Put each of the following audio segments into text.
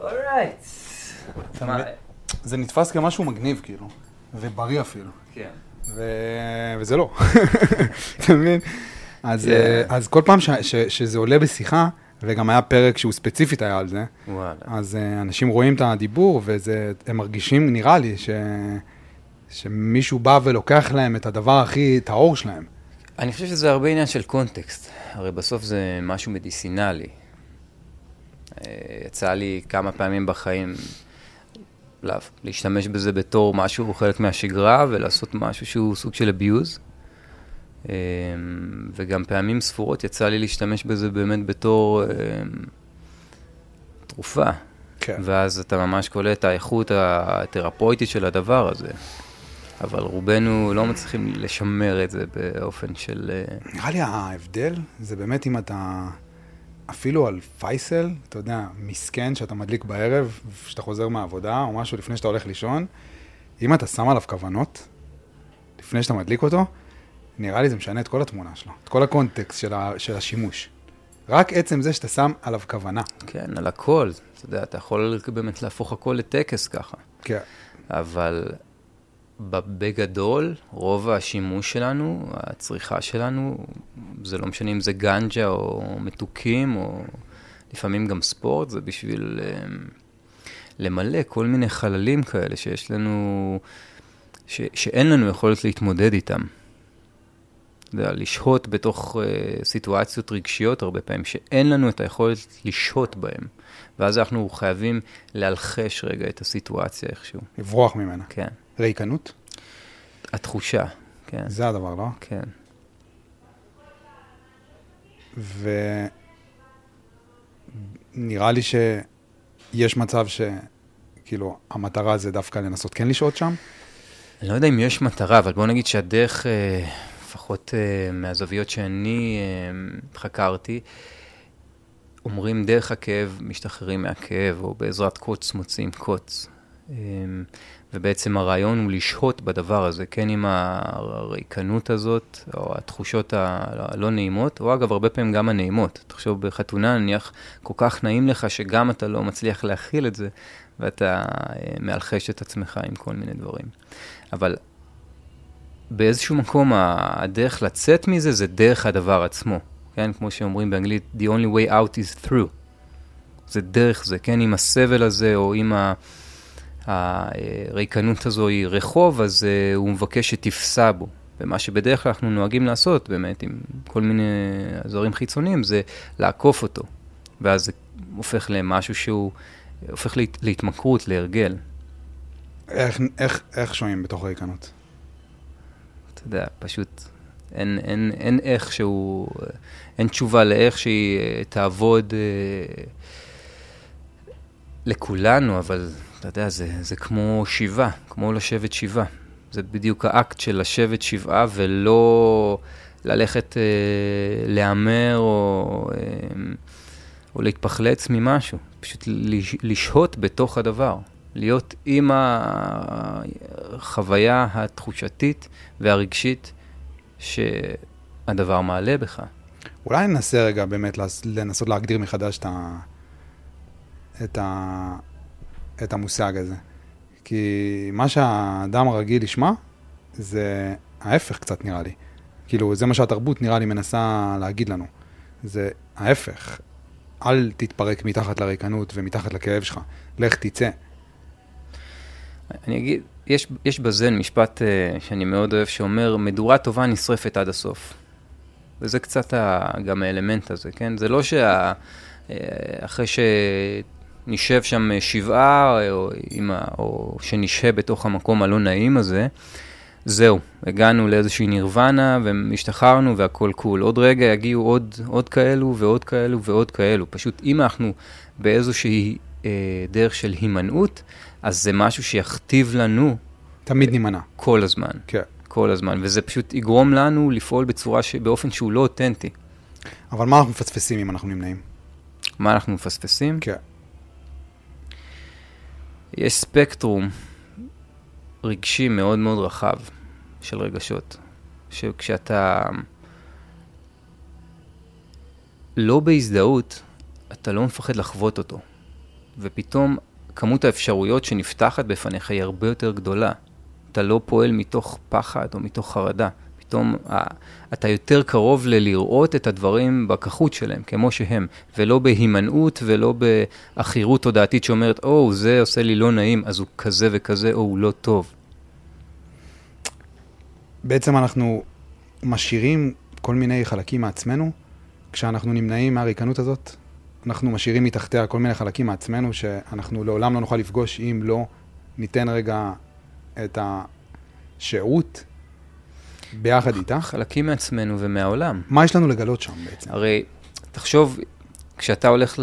אורייט. זה נתפס כמשהו מגניב, כאילו, ובריא אפילו. כן. וזה לא. אתה מבין? אז כל פעם שזה עולה בשיחה, וגם היה פרק שהוא ספציפית היה על זה, אז אנשים רואים את הדיבור, והם מרגישים, נראה לי, שמישהו בא ולוקח להם את הדבר הכי טהור שלהם. אני חושב שזה הרבה עניין של קונטקסט. הרי בסוף זה משהו מדיסינלי. יצא לי כמה פעמים בחיים להשתמש בזה בתור משהו חלק מהשגרה, ולעשות משהו שהוא סוג של אביוז. וגם פעמים ספורות יצא לי להשתמש בזה באמת בתור תרופה. כן. ואז אתה ממש קולט את האיכות התרפויטית של הדבר הזה. אבל רובנו לא מצליחים לשמר את זה באופן של... נראה לי ההבדל זה באמת אם אתה אפילו על פייסל, אתה יודע, מסכן שאתה מדליק בערב, שאתה חוזר מהעבודה או משהו לפני שאתה הולך לישון, אם אתה שם עליו כוונות, לפני שאתה מדליק אותו, נראה לי זה משנה את כל התמונה שלו, את כל הקונטקסט של השימוש. רק עצם זה שאתה שם עליו כוונה. כן, על הכל. אתה יודע, אתה יכול באמת להפוך הכל לטקס ככה. כן. אבל בגדול, רוב השימוש שלנו, הצריכה שלנו, זה לא משנה אם זה גנג'ה או מתוקים, או לפעמים גם ספורט, זה בשביל למלא כל מיני חללים כאלה שיש לנו, שאין לנו יכולת להתמודד איתם. לשהות בתוך סיטואציות רגשיות הרבה פעמים, שאין לנו את היכולת לשהות בהם. ואז אנחנו חייבים להלחש רגע את הסיטואציה איכשהו. לברוח ממנה. כן. ריקנות? התחושה, כן. זה הדבר, לא? כן. ונראה לי שיש מצב שכאילו המטרה זה דווקא לנסות כן לשהות שם? אני לא יודע אם יש מטרה, אבל בוא נגיד שהדרך, לפחות מהזוויות שאני חקרתי, אומרים דרך הכאב, משתחררים מהכאב, או בעזרת קוץ מוצאים קוץ. ובעצם הרעיון הוא לשהות בדבר הזה, כן, עם הריקנות הזאת, או התחושות הלא נעימות, או אגב, הרבה פעמים גם הנעימות. תחשוב, בחתונה נניח כל כך נעים לך, שגם אתה לא מצליח להכיל את זה, ואתה מאלחש את עצמך עם כל מיני דברים. אבל באיזשהו מקום, הדרך לצאת מזה, זה דרך הדבר עצמו. כן, כמו שאומרים באנגלית, the only way out is through. זה דרך זה, כן, עם הסבל הזה, או עם הריקנות הזו היא רחוב, אז הוא מבקש שתפסע בו. ומה שבדרך כלל אנחנו נוהגים לעשות, באמת, עם כל מיני עזרים חיצוניים, זה לעקוף אותו. ואז זה הופך למשהו שהוא, הופך להתמכרות, להרגל. איך שוהים בתוך ריקנות? אתה יודע, פשוט אין איך שהוא, אין תשובה לאיך שהיא תעבוד לכולנו, אבל אתה יודע, זה כמו שיבה, כמו לשבת שיבה. זה בדיוק האקט של לשבת שבעה, ולא ללכת להאמר או להתפחלץ ממשהו. פשוט לשהות בתוך הדבר. להיות עם החוויה התחושתית והרגשית שהדבר מעלה בך. אולי ננסה רגע באמת לנסות להגדיר מחדש את המושג הזה. כי מה שהאדם הרגיל ישמע, זה ההפך קצת נראה לי. כאילו, זה מה שהתרבות נראה לי מנסה להגיד לנו. זה ההפך. אל תתפרק מתחת לריקנות ומתחת לכאב שלך. לך תצא. אני אגיד, יש בזן משפט שאני מאוד אוהב שאומר, מדורה טובה נשרפת עד הסוף. וזה קצת גם האלמנט הזה, כן? זה לא אחרי שנשב שם שבעה, או שנשהה בתוך המקום הלא נעים הזה, זהו, הגענו לאיזושהי נירוונה, והשתחררנו והכל קול. עוד רגע יגיעו עוד כאלו ועוד כאלו ועוד כאלו. פשוט אם אנחנו באיזושהי דרך של הימנעות, אז זה משהו שיכתיב לנו. תמיד נימנע. כל הזמן. כן. כל הזמן. וזה פשוט יגרום לנו לפעול באופן שהוא לא אותנטי. אבל מה אנחנו מפספסים אם אנחנו נמנעים? מה אנחנו מפספסים? כן. יש ספקטרום רגשי מאוד מאוד רחב של רגשות. שכשאתה לא בהזדהות, אתה לא מפחד לחוות אותו. ופתאום כמות האפשרויות שנפתחת בפניך היא הרבה יותר גדולה. אתה לא פועל מתוך פחד או מתוך חרדה. פתאום אתה יותר קרוב לראות את הדברים בכחות שלהם, כמו שהם, ולא בהימנעות ולא באחירות תודעתית שאומרת, זה עושה לי לא נעים, אז הוא כזה וכזה, או הוא לא טוב. בעצם אנחנו משאירים כל מיני חלקים מעצמנו, כשאנחנו נמנעים מהריקנות הזאת, אנחנו משאירים מתחתיה כל מיני חלקים מעצמנו, שאנחנו לעולם לא נוכל לפגוש אם לא ניתן רגע את השעות ביחד איתה. חלקים מעצמנו ומהעולם. מה יש לנו לגלות שם בעצם? הרי, תחשוב, כשאתה הולך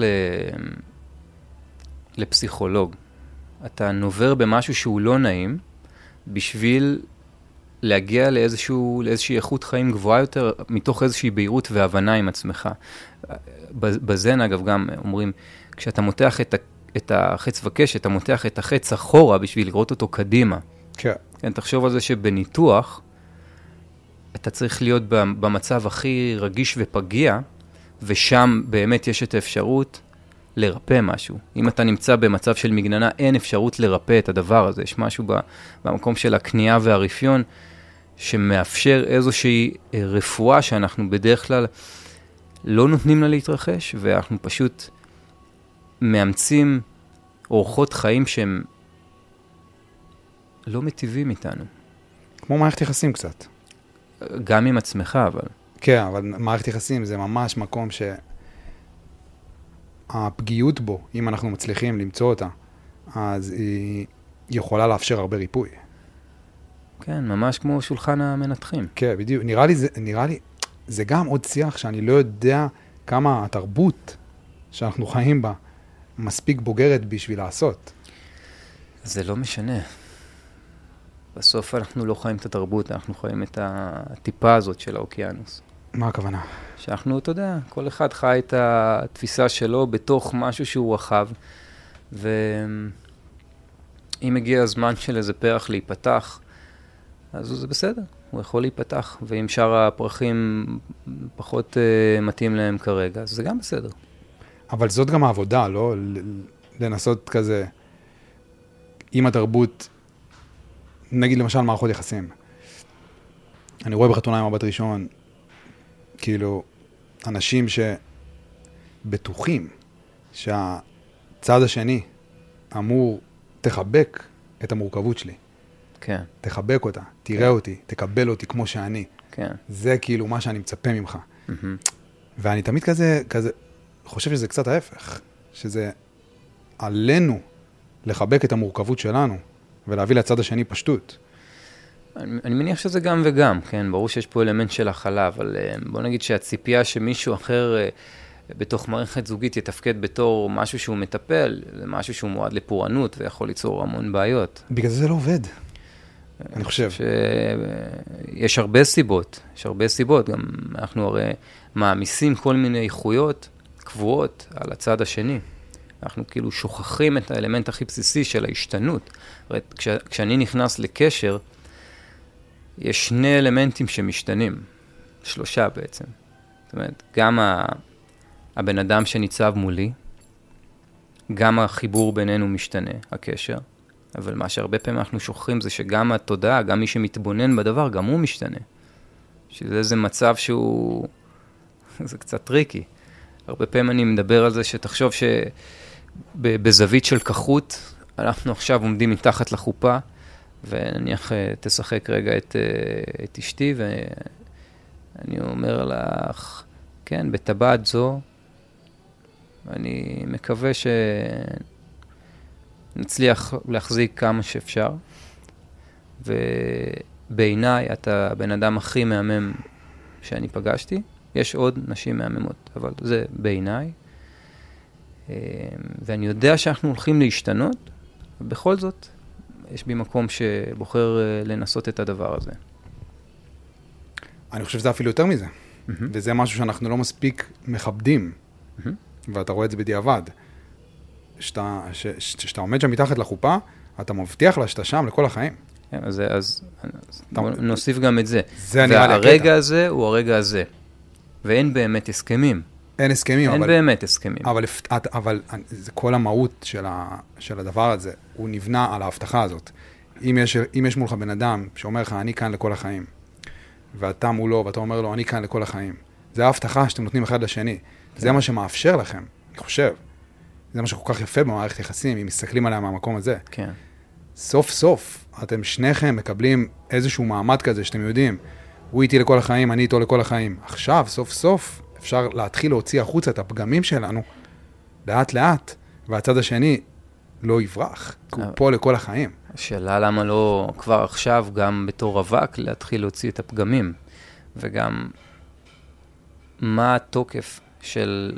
לפסיכולוג, אתה נובר במשהו שהוא לא נעים, בשביל להגיע לאיזושהי איכות חיים גבוהה יותר, מתוך איזושהי בהירות והבנה עם עצמך. בזן, אגב, גם אומרים, כשאתה מותח את החץ וקש, אתה מותח את החץ אחורה בשביל לראות אותו קדימה. כן. כן, תחשוב על זה שבניתוח, אתה צריך להיות במצב הכי רגיש ופגיע, ושם באמת יש את האפשרות לרפא משהו. אם אתה נמצא במצב של מגננה, אין אפשרות לרפא את הדבר הזה. יש משהו במקום של הקנייה והרפיון, שמאפשר איזושהי רפואה שאנחנו בדרך כלל לא נותנים לה להתרחש, ואנחנו פשוט מאמצים אורחות חיים שהם לא מטיבים איתנו. כמו מערכת יחסים קצת. גם עם עצמך, אבל. כן, אבל מערכת יחסים זה ממש מקום שהפגיעות בו, אם אנחנו מצליחים למצוא אותה, אז היא יכולה לאפשר הרבה ריפוי. כן, ממש כמו שולחן המנתחים. כן, בדיוק. נראה לי, זה גם עוד שיח שאני לא יודע כמה התרבות שאנחנו חיים בה מספיק בוגרת בשביל לעשות. זה לא משנה. בסוף אנחנו לא חיים את התרבות, אנחנו חיים את הטיפה הזאת של האוקיינוס. מה הכוונה? שאנחנו, אתה יודע, כל אחד חי את התפיסה שלו בתוך משהו שהוא רחב, ואם הגיע הזמן של איזה פרח להיפתח, אז זה בסדר, הוא יכול להיפתח, ואם שאר הפרחים פחות מתאים להם כרגע, אז זה גם בסדר. אבל זאת גם העבודה, לא? לנסות כזה, עם התרבות, נגיד למשל מערכות יחסים. אני רואה בחתונה עם הבת ראשון, כאילו, אנשים שבטוחים שהצד השני אמור תחבק את המורכבות שלי. כן. תחבק אותה, תראה אותי, תקבל אותי כמו שאני. כן. זה כאילו מה שאני מצפה ממך. ואני תמיד כזה, חושב שזה קצת ההפך, שזה עלינו לחבק את המורכבות שלנו, ולהביא לצד השני פשטות. אני מניח שזה גם וגם, כן, ברור שיש פה אלמנט של החלה, אבל בוא נגיד שהציפייה שמישהו אחר בתוך מערכת זוגית יתפקד בתור משהו שהוא מטפל, זה משהו שהוא מועד לפורענות ויכול ליצור המון בעיות. בגלל זה לא עובד, אני חושב. יש הרבה סיבות, גם אנחנו הרי מעמיסים כל מיני איכויות קבועות על הצד השני. אנחנו כאילו שוכחים את האלמנט הכי בסיסי של ההשתנות. כשאני נכנס לקשר, יש שני אלמנטים שמשתנים, 3 בעצם. זאת אומרת, גם הבן אדם שניצב מולי, גם החיבור בינינו משתנה, הקשר, אבל מה שהרבה פעמים אנחנו שוכחים זה שגם התודעה, גם מי שמתבונן בדבר, גם הוא משתנה. שזה מצב שהוא, זה קצת טריקי. הרבה פעמים אני מדבר על זה שתחשוב שבזווית של כחות, אנחנו עכשיו עומדים מתחת לחופה, ונניח תשחק רגע את אשתי, ואני אומר לך, כן, בטבעת זו, אני מקווה שנצליח להחזיק כמה שאפשר, ובעיניי אתה הבן אדם הכי מהמם שאני פגשתי, יש עוד נשים מהממות, אבל זה בעיניי, ואני יודע שאנחנו הולכים להשתנות, ובכל זאת, יש בי מקום שבוחר לנסות את הדבר הזה. אני חושב שזה אפילו יותר מזה. וזה משהו שאנחנו לא מספיק מכבדים. ואתה רואה את זה בדיעבד. שאתה עומד שם מתחת לחופה, אתה מבטיח לה שאתה שם לכל החיים. אז נוסיף גם את זה. זה נראה לי הקטע. והרגע הזה הוא הרגע הזה. ואין באמת הסכמים. אין הסכמים, אין באמת הסכמים. אבל זה כל המהות של הדבר הזה, הוא נבנה על ההבטחה הזאת. אם יש מולך בן אדם שאומר לך, אני כאן לכל החיים, ואתה מולו, ואתה אומר לו, אני כאן לכל החיים. זה ההבטחה שאתם נותנים אחד לשני. זה מה שמאפשר לכם, אני חושב. זה מה שכל כך יפה במערכת יחסים, אם מסתכלים עליה מהמקום הזה. כן. סוף סוף, אתם שניכם מקבלים איזשהו מעמד כזה שאתם יודעים, הוא איתי לכל החיים, אני איתו לכל החיים. עכשיו, סוף סוף, אפשר להתחיל להוציא החוצה את הפגמים שלנו, לאט לאט, והצד השני לא יברח, כי הוא פה לכל החיים. השאלה למה לא כבר עכשיו, גם בתור רווק, להתחיל להוציא את הפגמים, וגם מה התוקף של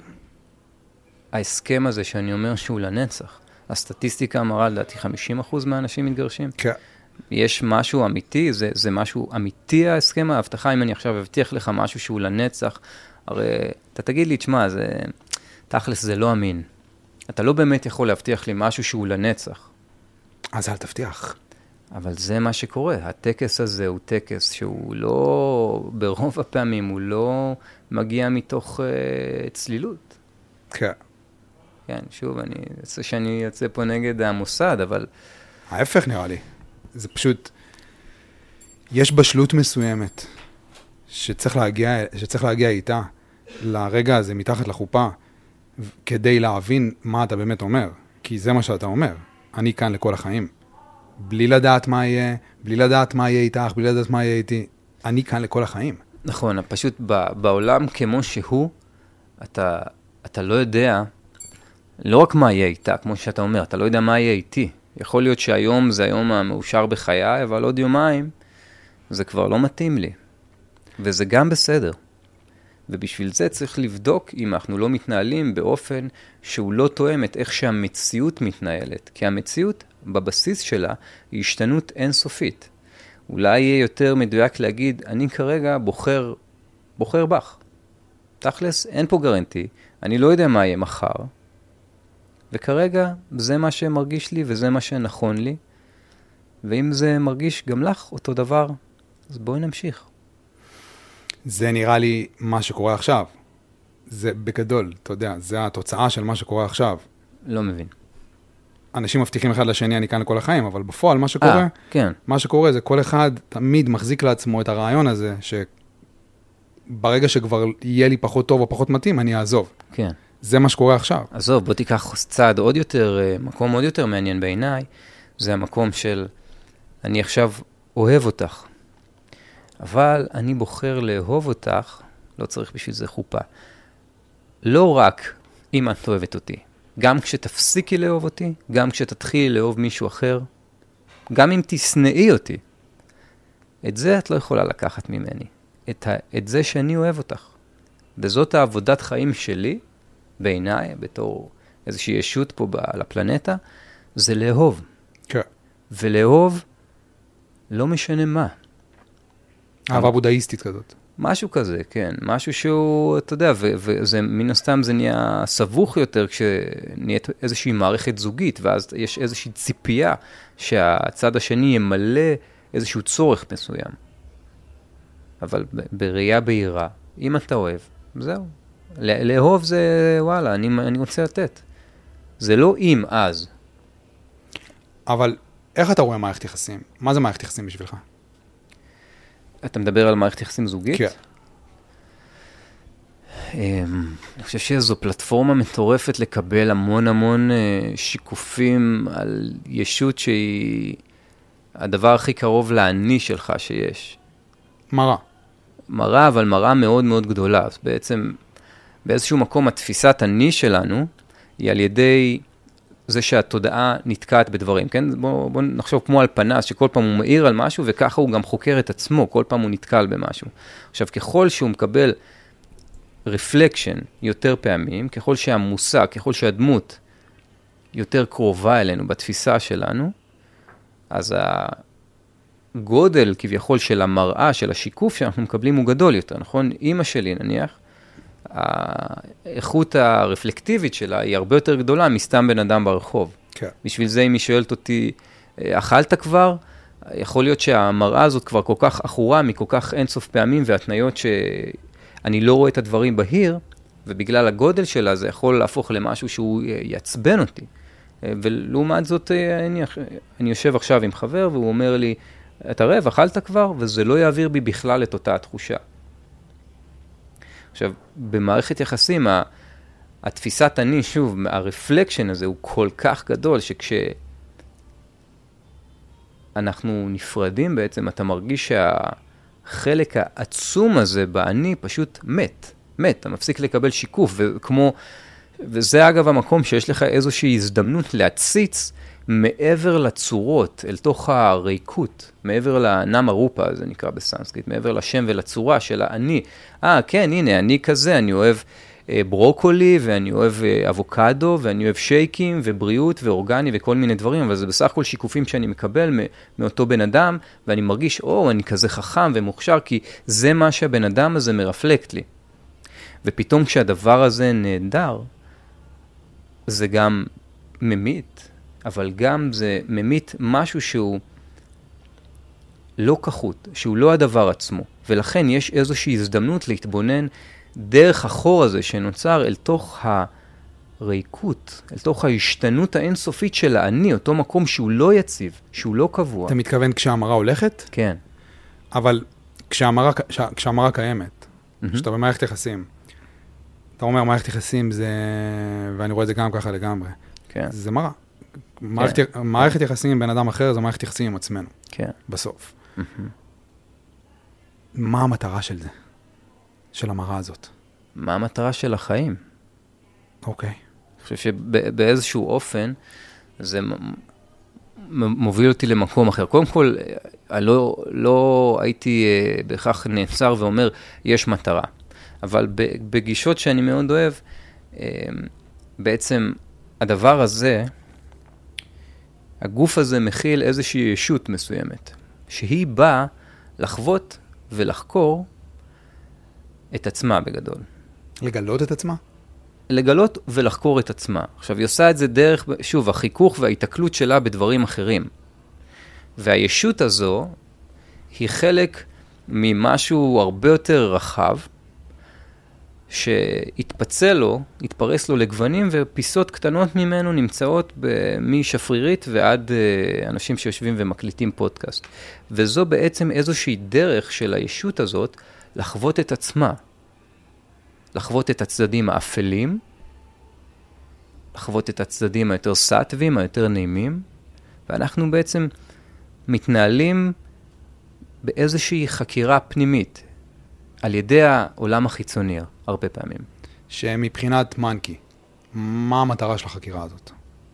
ההסכם הזה שאני אומר שהוא לנצח. הסטטיסטיקה מראה לדעתי 50% מהאנשים מתגרשים. כן. יש משהו אמיתי, זה משהו אמיתי ההסכם, ההבטחה, אם אני עכשיו אבטיח לך משהו שהוא לנצח, הרי אתה תגיד לי, תשמע, תכלס זה לא אמין. אתה לא באמת יכול להבטיח לי משהו שהוא לנצח. אז אל תבטיח. אבל זה מה שקורה. הטקס הזה הוא טקס שהוא לא, ברוב הפעמים הוא לא מגיע מתוך צלילות. כן. כן, שוב, אני רוצה שאני יוצא פה נגד המוסד, אבל... ההפך נראה לי. זה פשוט, יש בשלות מסוימת שצריך להגיע איתה לרגע הזה מתחת לחופה, כדי להבין מה אתה באמת אומר. כי זה מה שאתה אומר. אני כאן לכל החיים. בלי לדעת מה יהיה, בלי לדעת מה יהיה איתך, בלי לדעת מה יהיה איתי. אני כאן לכל החיים. נכון, פשוט בעולם כמו שהוא, אתה לא יודע, לא רק מה יהיה איתה, כמו שאתה אומר, אתה לא יודע מה יהיה איתי. יכול להיות שהיום זה היום המאושר בחיי, אבל עוד יומיים זה כבר לא מתאים לי. וזה גם בסדר. ובשביל זה צריך לבדוק אם אנחנו לא מתנהלים באופן שהוא לא תואם את איך שהמציאות מתנהלת. כי המציאות בבסיס שלה היא השתנות אינסופית. אולי יהיה יותר מדויק להגיד, אני כרגע בוחר בך. תכלס, אין פה גרנטי, אני לא יודע מה יהיה מחר, וכרגע זה מה שמרגיש לי וזה מה שנכון לי, ואם זה מרגיש גם לך אותו דבר, אז בואי נמשיך. זה נראה לי מה שקורה עכשיו. זה בגדול, אתה יודע, זה התוצאה של מה שקורה עכשיו. לא מבין. אנשים מבטיחים אחד לשני, אני כאן לכל החיים, אבל בפועל מה שקורה, כן. מה שקורה זה כל אחד תמיד מחזיק לעצמו את הרעיון הזה, שברגע שכבר יהיה לי פחות טוב או פחות מתאים, אני אעזוב. כן. זה מה שקורה עכשיו. עזוב, בוא תיקח צעד עוד יותר, מקום עוד יותר מעניין בעיניי, זה המקום של, אני עכשיו אוהב אותך, אבל אני בוחר לאהוב אותך, לא צריך בשביל זה חופה. לא רק אם את אוהבת אותי, גם כשתפסיקי לאהוב אותי, גם כשתתחילי לאהוב מישהו אחר, גם אם תשנאי אותי, את זה את לא יכולה לקחת ממני. את זה שאני אוהב אותך. וזאת העבודת חיים שלי, בעיניי, בתור איזושהי ישות פה על הפלנטה, זה לאהוב. כן. ולאהוב לא משנה מה. אהבה בודהיסטית כזאת. משהו כזה, כן. משהו שהוא, אתה יודע, וזה מן הסתם זה נהיה סבוך יותר כשנהיית איזושהי מערכת זוגית, ואז יש איזושהי ציפייה שהצד השני ימלא איזשהו צורך מסוים. אבל בראייה בהירה, אם אתה אוהב, זהו. לאהוב זה, וואלה, אני רוצה לתת. זה לא אם אז. אבל איך אתה רואה מערכת יחסים? מה זה מערכת יחסים בשבילך? אתה מדבר על מערכת יחסים זוגית? כן. אני חושב שזו פלטפורמה מטורפת לקבל המון שיקופים על ישות שהיא הדבר הכי קרוב לעני שלך שיש. מראה. מראה, אבל מראה מאוד מאוד גדולה. אז בעצם באיזשהו מקום התפיסת אני שלנו היא על ידי זה שהתודעה נתקעת בדברים, כן? בוא נחשוב כמו על פנס, שכל פעם הוא מאיר על משהו, וככה הוא גם חוקר את עצמו, כל פעם הוא נתקל במשהו. עכשיו, ככל שהוא מקבל רפלקשן יותר פעמים, ככל שהמושג, ככל שהדמות יותר קרובה אלינו בתפיסה שלנו, אז הגודל כביכול של המראה, של השיקוף שאנחנו מקבלים הוא גדול יותר, נכון? אמא שלי נניח, האיכות הרפלקטיבית שלה היא הרבה יותר גדולה מסתם בן אדם ברחוב. כן. בשביל זה אם היא שואלת אותי, אכלת כבר? יכול להיות שהמראה הזאת כבר כל כך אחורה, מכל כך אינסוף פעמים והתניות שאני לא רואה את הדברים בהיר, ובגלל הגודל שלה זה יכול להפוך למשהו שהוא יעצבן אותי. ולעומת זאת, אני יושב עכשיו עם חבר, והוא אומר לי, אתה רעב, אכלת כבר? וזה לא יעביר בי בכלל את אותה התחושה. עכשיו, במערכת יחסים, התפיסת אני, שוב, הרפלקשן הזה הוא כל כך גדול, שכשאנחנו נפרדים בעצם, אתה מרגיש שהחלק העצום הזה באני פשוט מת, אתה מפסיק לקבל שיקוף, וזה אגב המקום שיש לך איזושהי הזדמנות להציץ מעבר לצורות, אל תוך הריקות, מעבר לנמה רופה, זה נקרא בסנסקריט, מעבר לשם ולצורה של האני. כן, הנה, אני כזה, אני אוהב ברוקולי, ואני אוהב אבוקדו, ואני אוהב שייקים, ובריאות, ואורגני, וכל מיני דברים, אבל זה בסך הכל שיקופים שאני מקבל מאותו בן אדם, ואני מרגיש, אני כזה חכם ומוכשר, כי זה מה שהבן אדם הזה מרפלקט לי. ופתאום כשהדבר הזה נהדר, זה גם ממית, אבל גם זה ממית משהו שהוא לא כחות, שהוא לא הדבר עצמו. ולכן יש איזושהי הזדמנות להתבונן דרך החור הזה שנוצר אל תוך הריקות, אל תוך ההשתנות האינסופית של האני, אותו מקום שהוא לא יציב, שהוא לא קבוע. אתה מתכוון כשהמרה הולכת? כן. אבל כשהמרה קיימת, כשאתה במערכת יחסים, אתה אומר מערכת יחסים זה, ואני רואה את זה גם ככה לגמרי, כן. זה מראה. מערכת יחסים עם בן אדם אחר, זה מערכת יחסים עם עצמנו. כן. בסוף. מה המטרה של זה? של המראה הזאת? מה המטרה של החיים? אוקיי. אני חושב שבאיזשהו אופן, זה מוביל אותי למקום אחר. קודם כל, לא הייתי בכך נעצר ואומר, יש מטרה. אבל בגישות שאני מאוד אוהב, בעצם הדבר הזה, הגוף הזה מכיל איזושהי ישות מסוימת, שהיא באה לחוות ולחקור את עצמה בגדול. לגלות את עצמה? לגלות ולחקור את עצמה. עכשיו, היא עושה את זה דרך, שוב, החיכוך וההתקלות שלה בדברים אחרים. והישות הזו היא חלק ממשהו הרבה יותר רחב, שהתפצל לו, התפרס לו לגוונים, ופיסות קטנות ממנו נמצאות משפרירית ועד אנשים שיושבים ומקליטים פודקאסט. וזו בעצם איזושהי דרך של הישות הזאת לחוות את עצמה. לחוות את הצדדים האפלים, לחוות את הצדדים היותר סטווים, היותר נעימים, ואנחנו בעצם מתנהלים באיזושהי חקירה פנימית, על ידי העולם החיצוני, הרבה פעמים. שמבחינת מנקי, מה המטרה של החקירה הזאת?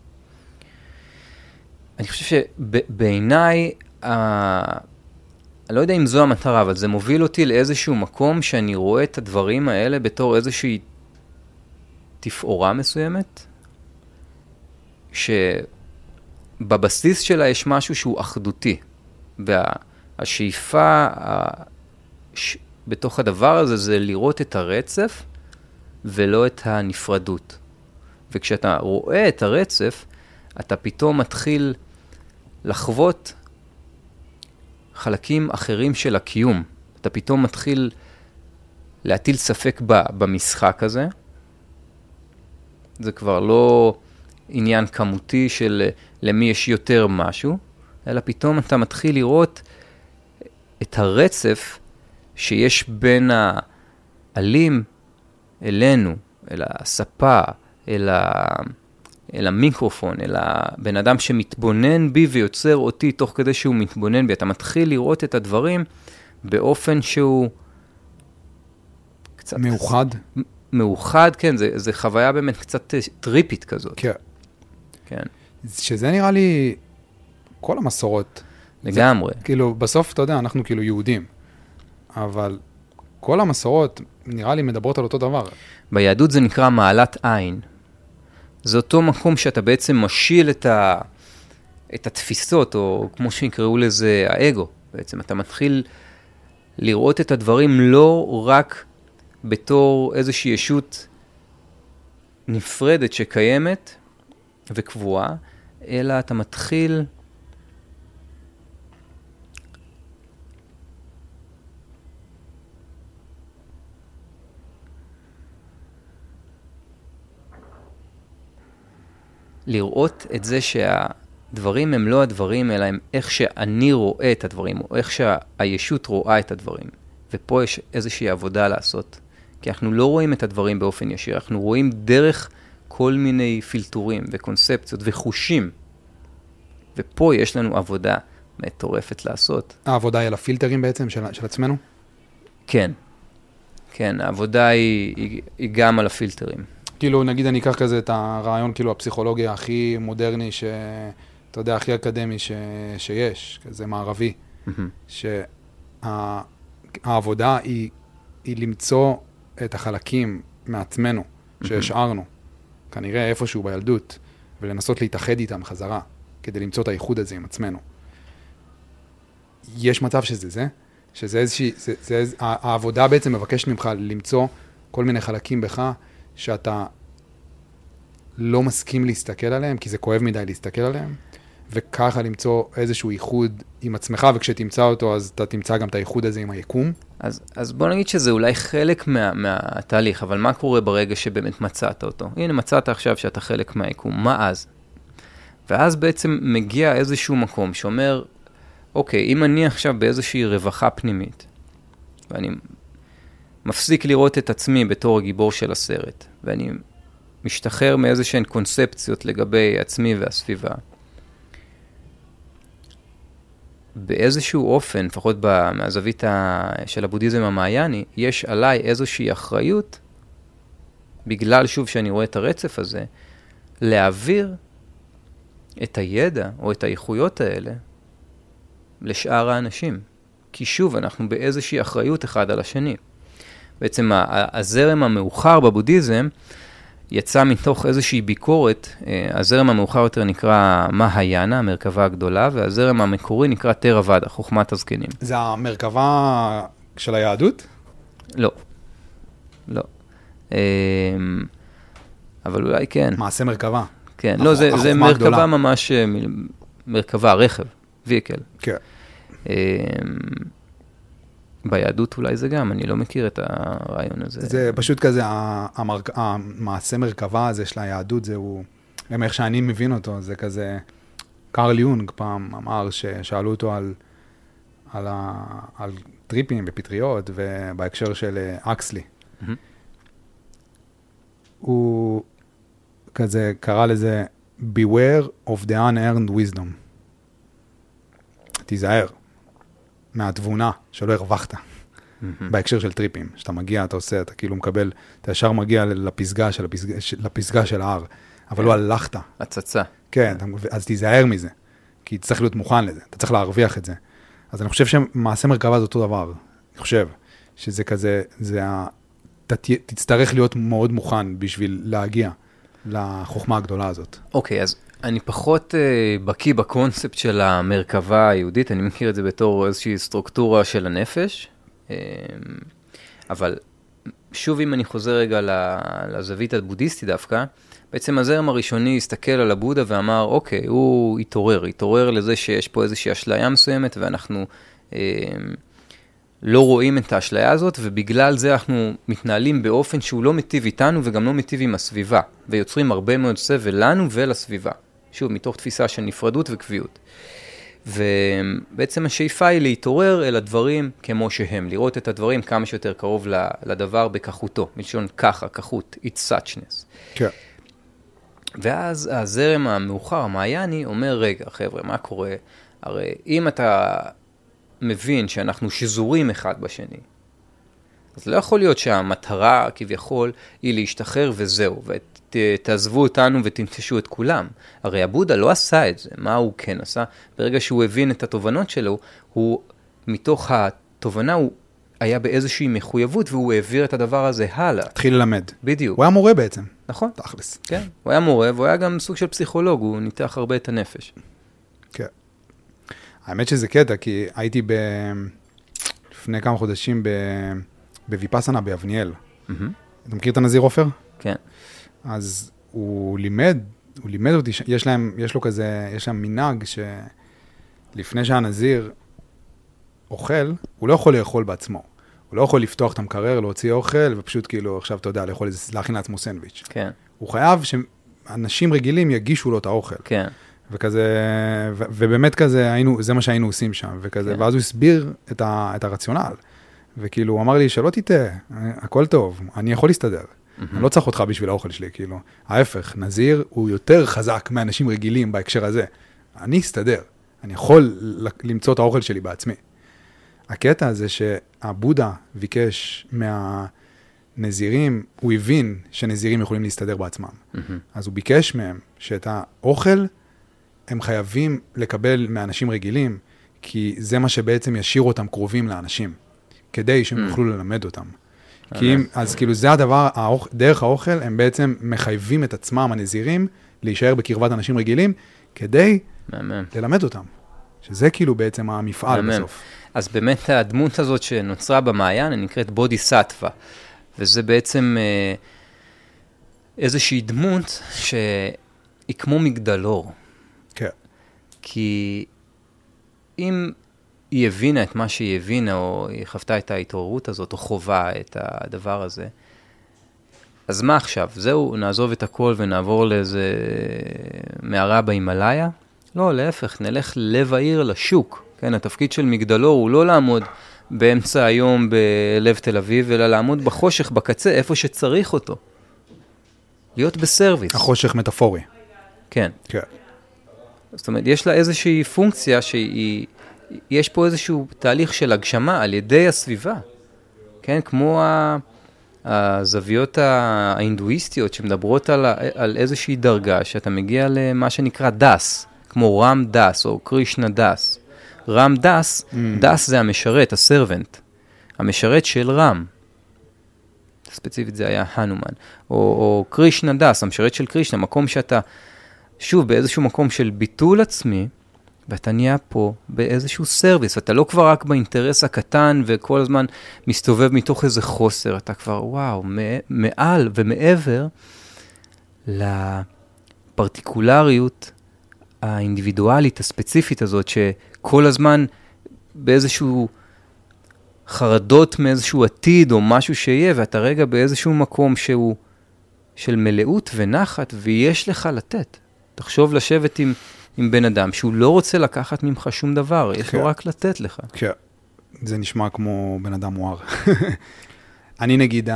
אני חושב שבעיניי, אני לא יודע אם זו המטרה, אבל זה מוביל אותי לאיזשהו מקום שאני רואה את הדברים האלה בתור איזושהי תפאורה מסוימת, שבבסיס שלה יש משהו שהוא אחדותי, והשאיפה בתוך הדבר הזה זה לראות את הרצף ולא את הנפרדות. וכשאתה רואה את הרצף, אתה פתאום מתחיל לחוות חלקים אחרים של הקיום. אתה פתאום מתחיל להטיל ספק במשחק הזה. זה כבר לא עניין כמותי של למי יש יותר משהו, אלא פתאום אתה מתחיל לראות את הרצף שיש בין העלים אלינו, אל הספה, אל המיקרופון, אל הבן אדם שמתבונן בי ויוצר אותי תוך כדי שהוא מתבונן בי. אתה מתחיל לראות את הדברים באופן שהוא קצת מאוחד. מאוחד, כן, זה חוויה באמת קצת טריפית כזאת. כן. כן. שזה נראה לי כל המסורות. לגמרי. כאילו, בסוף, אתה יודע, אנחנו כאילו יהודים. אבל כל המסורות, נראה לי, מדברות על אותו דבר. ביהדות זה נקרא מעלת עין. זה אותו מקום שאתה בעצם משיל את התפיסות, או כמו שיקראו לזה, האגו. בעצם אתה מתחיל לראות את הדברים לא רק בתור איזושהי ישות נפרדת שקיימת וקבועה, אלא אתה מתחיל לראות את זה שהדברים הם לא הדברים, אלא הם איך שאני רואה את הדברים, או איך שהישות רואה את הדברים. ופה יש איזושהי עבודה לעשות. כי אנחנו לא רואים את הדברים באופן ישיר, אנחנו רואים דרך כל מיני פילטורים וקונספציות וחושים. ופה יש לנו עבודה מטורפת לעשות. העבודה היא על הפילטרים בעצם של עצמנו? כן. כן, העבודה היא גם על הפילטרים. כאילו, נגיד אני אקח כזה את הרעיון, כאילו, הפסיכולוגיה הכי מודרני, אתה יודע, הכי אקדמי שיש, כזה מערבי, שהעבודה היא למצוא את החלקים מעצמנו שהשארנו, כנראה איפשהו בילדות, ולנסות להתאחד איתם חזרה, כדי למצוא את הייחוד הזה עם עצמנו. יש מצב שזה איזושהי, העבודה בעצם מבקשת ממך למצוא כל מיני חלקים בך, שאתה לא מסכים להסתכל עליהם, כי זה כואב מדי להסתכל עליהם, וככה למצוא איזשהו ייחוד עם עצמך, וכשתמצא אותו, אז אתה תמצא גם את הייחוד הזה עם היקום. אז בוא נגיד שזה אולי חלק מהתהליך, אבל מה קורה ברגע שבאמת מצאת אותו? הנה, מצאת עכשיו שאתה חלק מהיקום, מה אז? ואז בעצם מגיע איזשהו מקום שאומר, אוקיי, אם אני עכשיו באיזושהי רווחה פנימית, ואני מפסיק לראות את עצמי בתור הגיבור של הסרט, ואני משתחרר מאיזשהן קונספציות לגבי עצמי והסביבה, באיזשהו אופן, לפחות מהזווית של הבודהיזם המעייני, יש עליי איזושהי אחריות, בגלל שוב שאני רואה את הרצף הזה, להעביר את הידע או את האיכויות האלה לשאר האנשים. כי שוב, אנחנו באיזושהי אחריות אחד על השני. בעצם הזרם המאוחר בבודהיזם יצא מתוך איזושהי ביקורת. הזרם המאוחר יותר נקרא מהיאנה, המרכבה הגדולה, והזרם המקורי נקרא תרוואדה, חוכמת הזקנים. זה המרכבה של היהדות? לא. לא. אבל אולי כן. מעשה מרכבה. כן, לא, זה מרכבה ממש, מרכבה, רכב, ויקל. כן. ביהדות אולי זה גם, אני לא מכיר את הרעיון הזה. זה פשוט כזה, המעשה מרכבה הזה של היהדות, זהו, גם איך שאני מבין אותו, זה כזה, קארל יונג פעם אמר ששאלו אותו על טריפים ופטריות, ובהקשר של אקסלי. הוא כזה קרא לזה, beware of the unearned wisdom. תיזהר מהתבונה שלא הרווחת. בהקשר של טריפים, שאתה מגיע, אתה עושה, אתה כאילו מקבל, אתה ישר מגיע לפסגה של ההר, אבל לא הלכת. הצצה. כן, אז תיזהר מזה, כי צריך להיות מוכן לזה, אתה צריך להרוויח את זה. אז אני חושב שמעשה מרכבה זה אותו דבר. אני חושב שזה כזה, אתה תצטרך להיות מאוד מוכן בשביל להגיע לחוכמה הגדולה הזאת. אוקיי, אז אני פחות בקיא בקונספט של המרכבה היהודית, אני מכיר את זה בתור איזושהי סטרוקטורה של הנפש, אבל שוב אם אני חוזר רגע לזווית הבודהיסטית דווקא, בעצם הזרם הראשוני הסתכל על הבודה ואמר, אוקיי, הוא התעורר לזה שיש פה איזושהי אשליה מסוימת, ואנחנו לא רואים את האשליה הזאת, ובגלל זה אנחנו מתנהלים באופן שהוא לא מטיב איתנו, וגם לא מטיב עם הסביבה, ויוצרים הרבה מאוד סבל לנו ולסביבה. שוב, מתוך תפיסה של נפרדות וקביעות. ובעצם השאיפה היא להתעורר אל הדברים כמו שהם, לראות את הדברים כמה שיותר קרוב לדבר בכחותו, מלשון ככה, כחות, it's suchness. כן. ואז הזרם המאוחר, המעייני, אומר, רגע, חבר'ה, מה קורה? הרי אם אתה מבין שאנחנו שזורים אחד בשני, אז לא יכול להיות שהמטרה כביכול היא להשתחרר וזהו, ותעזבו אותנו ותנטשו את כולם. הרי הבודה לא עשה את זה. מה הוא כן עשה? ברגע שהוא הבין את התובנות שלו, הוא מתוך התובנה הוא היה באיזושהי מחויבות, והוא העביר את הדבר הזה הלאה. התחיל ללמד. בדיוק. הוא היה מורה בעצם. נכון. תכלס. כן. הוא היה מורה, והוא היה גם סוג של פסיכולוג, הוא ניתח הרבה את הנפש. כן. האמת שזה קטע, כי הייתי לפני כמה חודשים בויפאסנה באבניאל. אתה מכיר את הנזיר עופר? כן. אז הוא לימד אותי, יש לו כזה, יש שם מנהג שלפני שהנזיר אוכל, הוא לא יכול לאכול בעצמו. הוא לא יכול לפתוח את המקרר, להוציא אוכל, ופשוט כאילו, עכשיו אתה יודע, להכין לעצמו סנדוויץ'. כן. הוא חייב אנשים רגילים יגישו לו את האוכל. כן. וכזה, ובאמת כזה, זה מה שהיינו עושים שם, וכזה, ואז הוא הסביר את הרציונל. וכאילו, הוא אמר לי, שלא תטעה, הכל טוב, אני יכול להסתדר. אני לא צריך אותך בשביל האוכל שלי, כאילו. ההפך, נזיר הוא יותר חזק מאנשים רגילים בהקשר הזה. אני אסתדר, אני יכול למצוא את האוכל שלי בעצמי. הקטע הזה שהבודה ביקש מהנזירים, הוא הבין שנזירים יכולים להסתדר בעצמם. אז הוא ביקש מהם שאת האוכל הם חייבים לקבל מאנשים רגילים, כי זה מה שבעצם ישאיר אותם קרובים לאנשים, כדי שהם יוכלו ללמד אותם. אז כאילו זה הדבר, דרך האוכל, הם בעצם מחייבים את עצמם, הנזירים, להישאר בקרבת אנשים רגילים, כדי ללמד אותם. שזה כאילו בעצם המפעל בסוף. אז באמת הדמות הזאת שנוצרה במעיין, היא נקראת בודי סטווה, וזה בעצם איזושהי דמות שהיא כמו מגדלור. כן. כי אם היא הבינה את מה שהיא הבינה, או היא חוותה את ההתעוררות הזאת, או חובה את הדבר הזה, אז מה עכשיו? זהו, נעזוב את הכל ונעבור לאיזה מערה בהימלאיה? לא, להפך, נלך לב העיר לשוק. כן, התפקיד של מגדלור הוא לא לעמוד באמצע היום בלב תל אביב, אלא לעמוד בחושך, בקצה, איפה שצריך אותו. להיות בסרוויס. החושך מטאפורי. כן. כן. זאת אומרת, יש לה איזושהי פונקציה יש פה איזשהו תהליך של הגשמה על ידי הסביבה. כן, כמו הזוויות ההינדואיסטיות שמדברות על איזושהי דרגה, שאתה מגיע למה שנקרא דס, כמו רם דס או קרישנה דס. רם דס, דס זה המשרת, הסרבנט. המשרת של רם. ספציפית זה היה הנומן. או קרישנה דס, המשרת של קרישנה, מקום שאתה, שוב, באיזשהו מקום של ביטול עצמי, ואתה נהיה פה באיזשהו סרוויס. אתה לא כבר רק באינטרס הקטן וכל הזמן מסתובב מתוך איזה חוסר. אתה כבר, וואו, מעל ומעבר לפרטיקולריות האינדיבידואלית, הספציפית הזאת, שכל הזמן באיזשהו חרדות מאיזשהו עתיד או משהו שיהיה, ואתה רגע באיזשהו מקום שהוא של מלאות ונחת, ויש לך לתת. תחשוב לשבת עם בן אדם שהוא לא רוצה לקחת ממך שום דבר, יש לו רק לתת לך. כן, זה נשמע כמו בן אדם מואר. אני נגיד,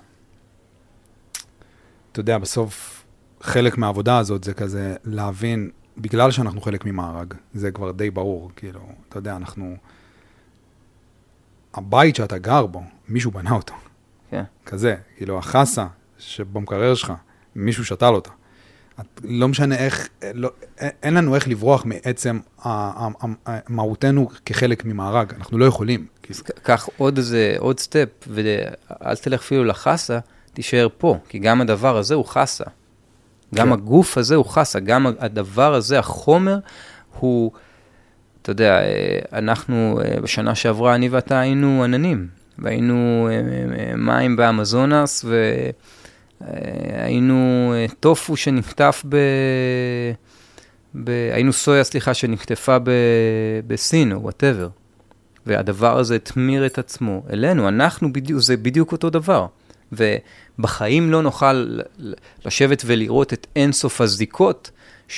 אתה יודע, בסוף חלק מהעבודה הזאת זה כזה להבין, בגלל שאנחנו חלק ממארג, זה כבר די ברור, כאילו, אתה יודע, הבית שאתה גר בו, מישהו בנה אותו. כן. כזה, כאילו, החסה שבמקרר שלך, מישהו שתל אותה. לא משנה איך, אין לנו איך לברוח מעצם מהותנו כחלק ממארג, אנחנו לא יכולים. קח עוד סטפ, ואל תלך אפילו לחסה, תישאר פה, כי גם הדבר הזה הוא חסה. גם הגוף הזה הוא חסה, גם הדבר הזה, החומר, הוא, אתה יודע, אנחנו בשנה שעברה, אני ואתה היינו עננים, והיינו מים באמזונס, היינו טופו שנקטף היינו סויה, סליחה, שנקטפה בסין, או whatever. והדבר הזה תמיר את עצמו אלינו, זה בדיוק אותו דבר. ובחיים לא נוכל לשבת ולראות את אינסוף הזיקות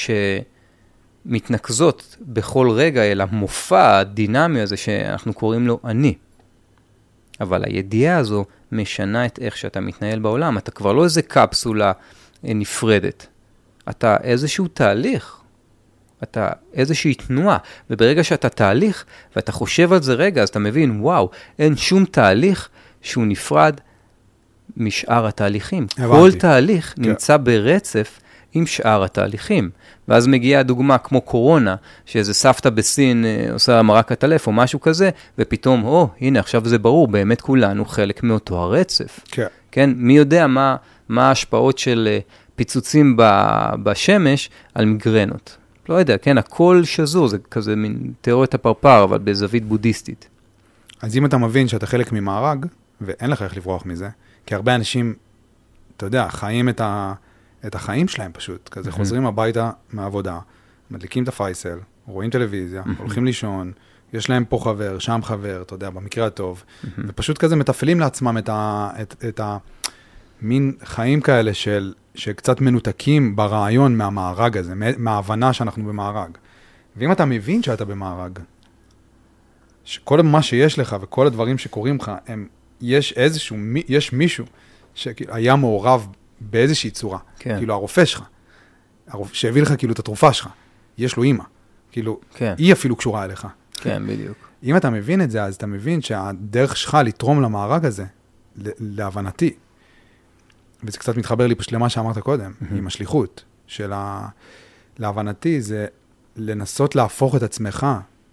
שמתנקזות בכל רגע אל המופע הדינמי הזה שאנחנו קוראים לו אני. אבל הידיעה הזו משנה את איך שאתה מתנהל בעולם. אתה כבר לא איזה קפסולה נפרדת. אתה איזשהו תהליך. אתה איזושהי תנועה. וברגע שאתה תהליך, ואתה חושב על זה רגע, אז אתה מבין, וואו, אין שום תהליך שהוא נפרד משאר התהליכים. כל תהליך נמצא ברצף עם שאר התהליכים. ואז מגיעה הדוגמה כמו קורונה, שאיזה סבתא בסין עושה מרק הטלף או משהו כזה, ופתאום, הנה, עכשיו זה ברור, באמת כולנו חלק מאותו הרצף. כן. כן? מי יודע מה ההשפעות של פיצוצים בשמש על מיגרנות. לא יודע, כן, הכל שזור, זה כזה מין תיאוריית הפרפר, אבל בזווית בודהיסטית. אז אם אתה מבין שאתה חלק ממארג, ואין לך איך לברוח מזה, כי הרבה אנשים, אתה יודע, חיים את החיים שלהם פשוט, כזה חוזרים הביתה מהעבודה, מדליקים את הפייסל, רואים טלוויזיה, הולכים לישון, יש להם פה חבר, שם חבר, אתה יודע, במקרה הטוב, ופשוט כזה מטפלים לעצמם את מין חיים כאלה שקצת מנותקים ברעיון מהמארג הזה, מההבנה שאנחנו במארג. ואם אתה מבין שאתה במארג, שכל מה שיש לך וכל הדברים שקורים לך, יש מישהו שהיה מעורב באיזושהי צורה. כן. כאילו הרופא שלך, שהביא לך כאילו את התרופה שלך, יש לו אימא. כאילו, כן. היא אפילו קשורה אליך. כן, בדיוק. אם אתה מבין את זה, אז אתה מבין שהדרך שלך לתרום למארג הזה, להבנתי, וזה קצת מתחבר לי פשוט למה שאמרת קודם, עם השליחות של להבנתי, זה לנסות להפוך את עצמך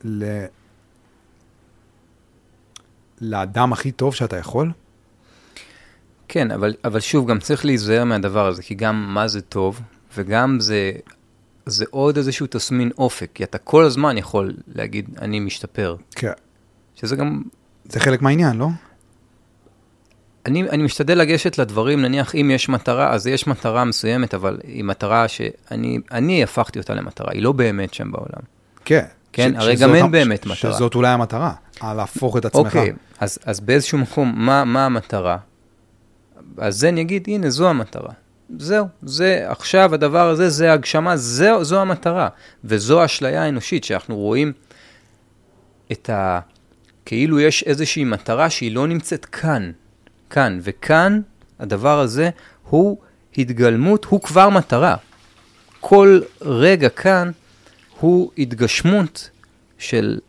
לאדם הכי טוב שאתה יכול. כן, אבל שוב, גם צריך להיזהר מהדבר הזה, כי גם מה זה טוב, וגם זה עוד איזשהו תסמין אופק, כי אתה כל הזמן יכול להגיד, אני משתפר. כן. שזה גם... זה חלק מהעניין, לא? אני משתדל לגשת לדברים, נניח אם יש מטרה, אז יש מטרה מסוימת, אבל היא מטרה שאני הפכתי אותה למטרה, היא לא באמת שם בעולם. כן. כן, הרי גם אין באמת מטרה. שזאת אולי המטרה, להפוך את עצמך. אוקיי, אז באיזשהו מקום, מה המטרה? אז זה אני אגיד, הנה, זו המטרה. זהו, זה עכשיו הדבר הזה, זה הגשמה, זו המטרה. וזו האשליה האנושית, שאנחנו רואים כאילו יש איזושהי מטרה שהיא לא נמצאת כאן, וכאן הדבר הזה הוא התגלמות, הוא כבר מטרה. כל רגע כאן הוא התגשמות של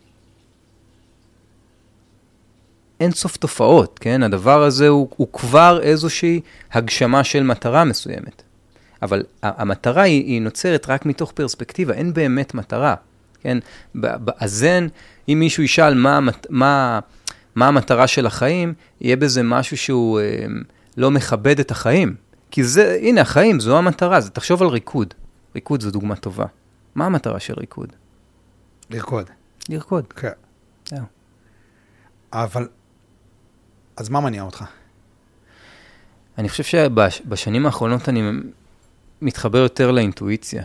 אין סוף תופעות, כן? הדבר הזה הוא כבר איזושהי הגשמה של מטרה מסוימת. אבל המטרה היא נוצרת רק מתוך פרספקטיבה, אין באמת מטרה, כן? באזן, אם מישהו ישאל מה המטרה של החיים, יהיה בזה משהו שהוא לא מכבד את החיים. כי הנה, החיים, זו המטרה. תחשוב על ריקוד. ריקוד זו דוגמה טובה. מה המטרה של ריקוד? לרקוד. כן. זהו. אבל, אז מה מניע אותך? אני חושב שבשנים האחרונות אני מתחבר יותר לאינטואיציה.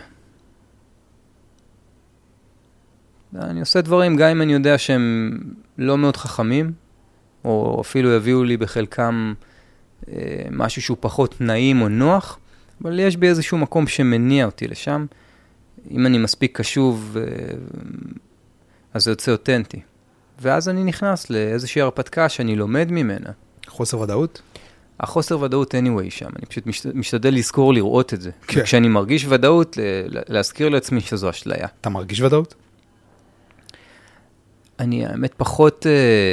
אני עושה דברים, גם אם אני יודע שהם לא מאוד חכמים, או אפילו יביאו לי בחלקם משהו שהוא פחות נעים או נוח, אבל יש בי איזשהו מקום שמניע אותי לשם. אם אני מספיק קשוב, אז זה יוצא אותנטי. ואז אני נכנס לאיזושהי הרפתקה שאני לומד ממנה. חוסר ודאות? החוסר ודאות anyway שם. אני פשוט משתדל לזכור לראות את זה. כן. כשאני מרגיש ודאות, להזכיר לעצמי שזו אשליה. אתה מרגיש ודאות? האמת פחות,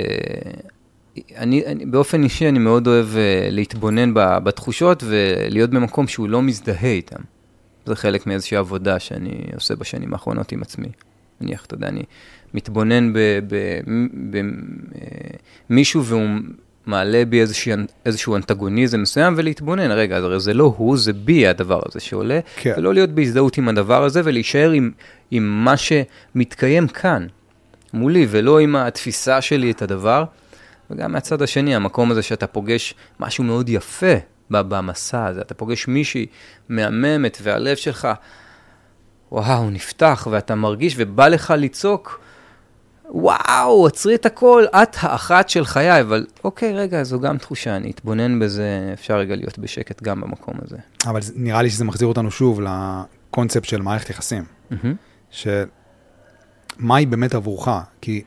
באופן אישי אני מאוד אוהב להתבונן בתחושות ולהיות במקום שהוא לא מזדהה איתם. זה חלק מאיזושהי עבודה שאני עושה בשנים האחרונות עם עצמי. אתה יודע, אני מתבונן במישהו והוא מעלה בי איזשהו אנטגוניזם מסוים ולהתבונן, רגע, הרי זה לא הוא, זה בי הדבר הזה שעולה, כן. ולא להיות בהזדהות עם הדבר הזה ולהישאר עם מה שמתקיים כאן. מולי, ולא עם התפיסה שלי את הדבר, וגם מהצד השני, המקום הזה שאתה פוגש משהו מאוד יפה במסע הזה, אתה פוגש מישהי מהממת, והלב שלך, וואו, נפתח, ואתה מרגיש, ובא לך לצעוק, וואו, עצרי את הכל, את האחת של חיי, אבל אוקיי, רגע, זו גם תחושה, אני אתבונן בזה, אפשר רגע להיות בשקט גם במקום הזה. אבל נראה לי שזה מחזיר אותנו שוב לקונספט של מערכת יחסים. מה היא באמת עבורך? כי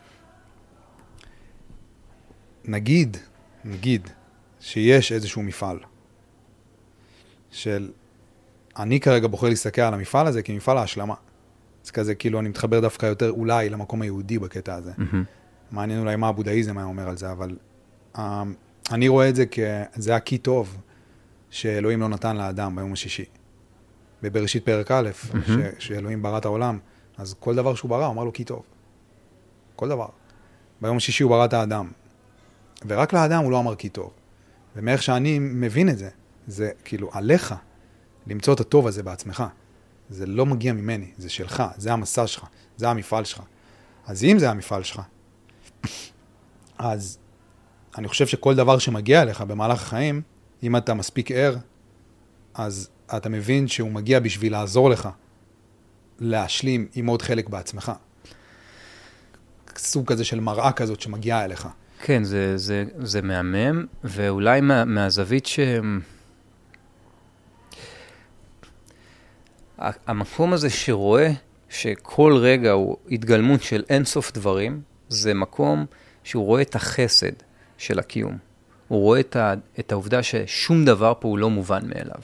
נגיד שיש איזשהו מפעל, של אני כרגע בוחר להסתכל על המפעל הזה כמפעל ההשלמה. זה כזה, כאילו אני מתחבר דווקא יותר אולי למקום היהודי בקטע הזה. מעניין אולי מה הבודהיזם היה אומר על זה, אבל אני רואה את זה זה הכי טוב שאלוהים לא נתן לאדם ביום השישי. בבראשית פרק א', שאלוהים ברא את העולם, אז כל דבר שהוא ברא, הוא אמר לו כי טוב. כל דבר. ביום השישי הוא ברא את האדם. ורק לאדם הוא לא אמר כי טוב. ומאיך שאני מבין את זה, זה כאילו עליך למצוא את הטוב הזה בעצמך. זה לא מגיע ממני, זה שלך, זה המסע שלך, זה המפעל שלך. אז אם זה המפעל שלך, אז אני חושב שכל דבר שמגיע אליך במהלך החיים, אם אתה מספיק ער, אז אתה מבין שהוא מגיע בשביל לעזור לך להשלים עם עוד חלק בעצמך. סוג כזה של מראה כזאת שמגיעה אליך. כן, זה מהמם, ואולי מהזווית המקום הזה שרואה שכל רגע הוא התגלמות של אינסוף דברים, זה מקום שהוא רואה את החסד של הקיום. הוא רואה את העובדה ששום דבר פה הוא לא מובן מאליו.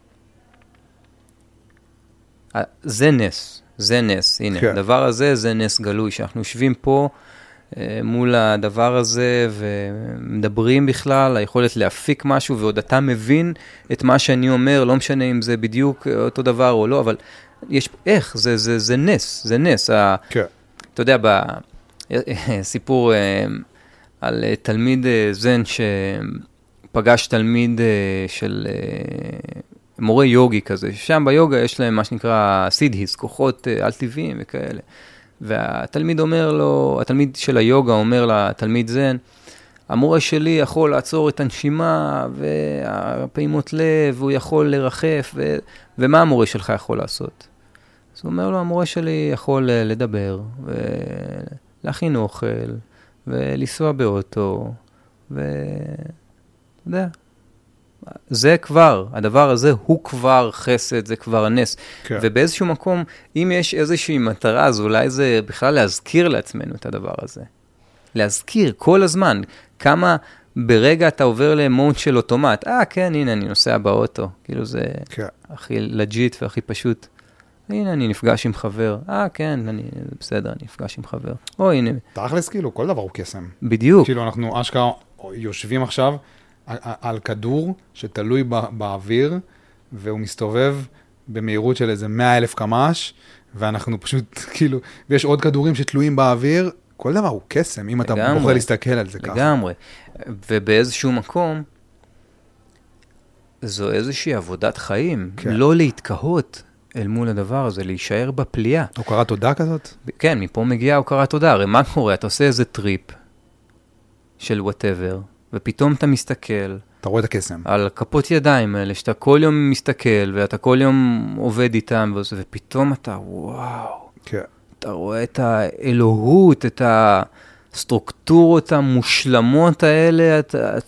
זה נס, זה נס. הנה, כן. הדבר הזה זה נס גלוי, שאנחנו יושבים פה מול הדבר הזה ומדברים בכלל, היכולת להפיק משהו, ועוד אתה מבין את מה שאני אומר, לא משנה אם זה בדיוק אותו דבר או לא, אבל יש, איך? זה נס, זה נס. כן. אתה יודע, סיפור על תלמיד זן שפגש תלמיד של מורה יוגי כזה, שם ביוגה יש להם מה שנקרא סידהיס, כוחות על-טבעיים וכאלה. והתלמיד אומר לו, התלמיד של היוגה אומר לתלמיד זן, המורה שלי יכול לעצור את הנשימה והפעימות לב, והוא יכול לרחף, ומה המורה שלך יכול לעשות? אז הוא אומר לו, המורה שלי יכול לדבר, ולהכין אוכל, ולנסוע באוטו, ואתה יודע, זה כבר, הדבר הזה הוא כבר חסד, זה כבר הנס. כן. ובאיזשהו מקום, אם יש איזושהי מטרה, אז אולי זה בכלל להזכיר לעצמנו את הדבר הזה. להזכיר כל הזמן, כמה ברגע אתה עובר למוד של אוטומט, כן, הנה, אני נוסע באוטו. כאילו זה כן. הכי לג'יט והכי פשוט. הנה, אני נפגש עם חבר. כן, בסדר, אני נפגש עם חבר. הנה. תכלס, כאילו, כל דבר הוא קסם. בדיוק. כאילו, אנחנו אשכרה יושבים עכשיו, על כדור שתלוי באוויר, והוא מסתובב במהירות של איזה 100,000 קמ"ש, ואנחנו פשוט, כאילו, ויש עוד כדורים שתלויים באוויר, כל דבר הוא קסם, אם אתה בוחר להסתכל על זה ככה. לגמרי. ובאיזשהו מקום, זו איזושהי עבודת חיים, כן. לא להתקהות אל מול הדבר הזה, להישאר בפליאה. הוקרת תודה כזאת? כן, מפה מגיעה הוקרת תודה. הרי מה קורה? אתה עושה איזה טריפ של whatever, ופתאום אתה מסתכל. אתה רואה את הקסם. על כפות ידיים האלה, שאתה כל יום מסתכל, ואתה כל יום עובד איתם, ופתאום אתה, וואו. כן. אתה רואה את האלוהות, את הסטרוקטורות המושלמות האלה,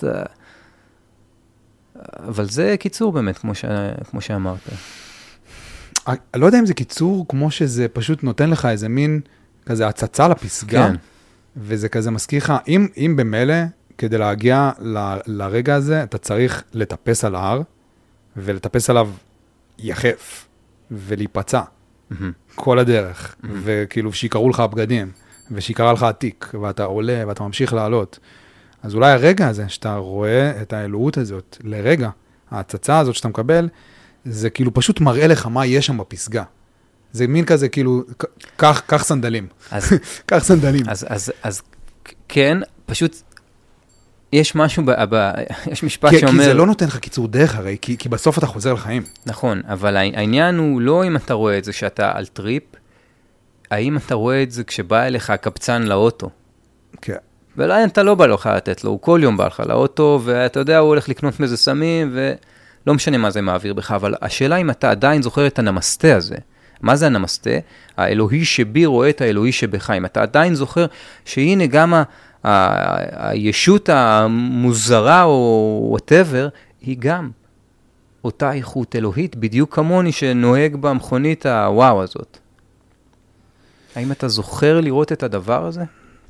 אבל זה קיצור באמת, כמו שאמרת. אני לא יודע אם זה קיצור, כמו שזה פשוט נותן לך איזה מין, כזה הצצה לפסגה, כן. וזה כזה מזכיר לך, אם במילא, כדי להגיע לרגע הזה, אתה צריך לטפס על ההר, ולטפס עליו יחף, ולהיפצע, כל הדרך, וכאילו שיקראו לך הבגדים, ושיקרא לך עתיק, ואתה עולה, ואתה ממשיך לעלות. אז אולי הרגע הזה, שאתה רואה את האלוהות הזאת, לרגע, ההצצה הזאת שאתה מקבל, זה כאילו פשוט מראה לך מה יש שם בפסגה. זה מין כזה, כאילו, כך סנדלים. כך סנדלים. אז כן, פשוט יש משהו, יש משפט שאומר... כי זה לא נותן לך קיצור דרך הרי, כי בסוף אתה חוזר לחיים. נכון, אבל העניין הוא לא אם אתה רואה את זה שאתה על טריפ, האם אתה רואה את זה כשבא אליך הקבצן לאוטו. כן. ולא, אתה לא בא לך לתת לו, הוא כל יום בא לך לאוטו, ואתה יודע, הוא הולך לקנות מזה סמים, ולא משנה מה זה מעביר בך, אבל השאלה אם אתה עדיין זוכר את הנמסטה הזה. מה זה הנמסטה? האלוהי שבי רואה את האלוהי שבך. אם אתה עדיין זוכר שהנה גם הישות המוזרה או whatever, היא גם אותה איכות אלוהית, בדיוק כמוני שנוהג במכונית הוואו הזאת. האם אתה זוכר לראות את הדבר הזה?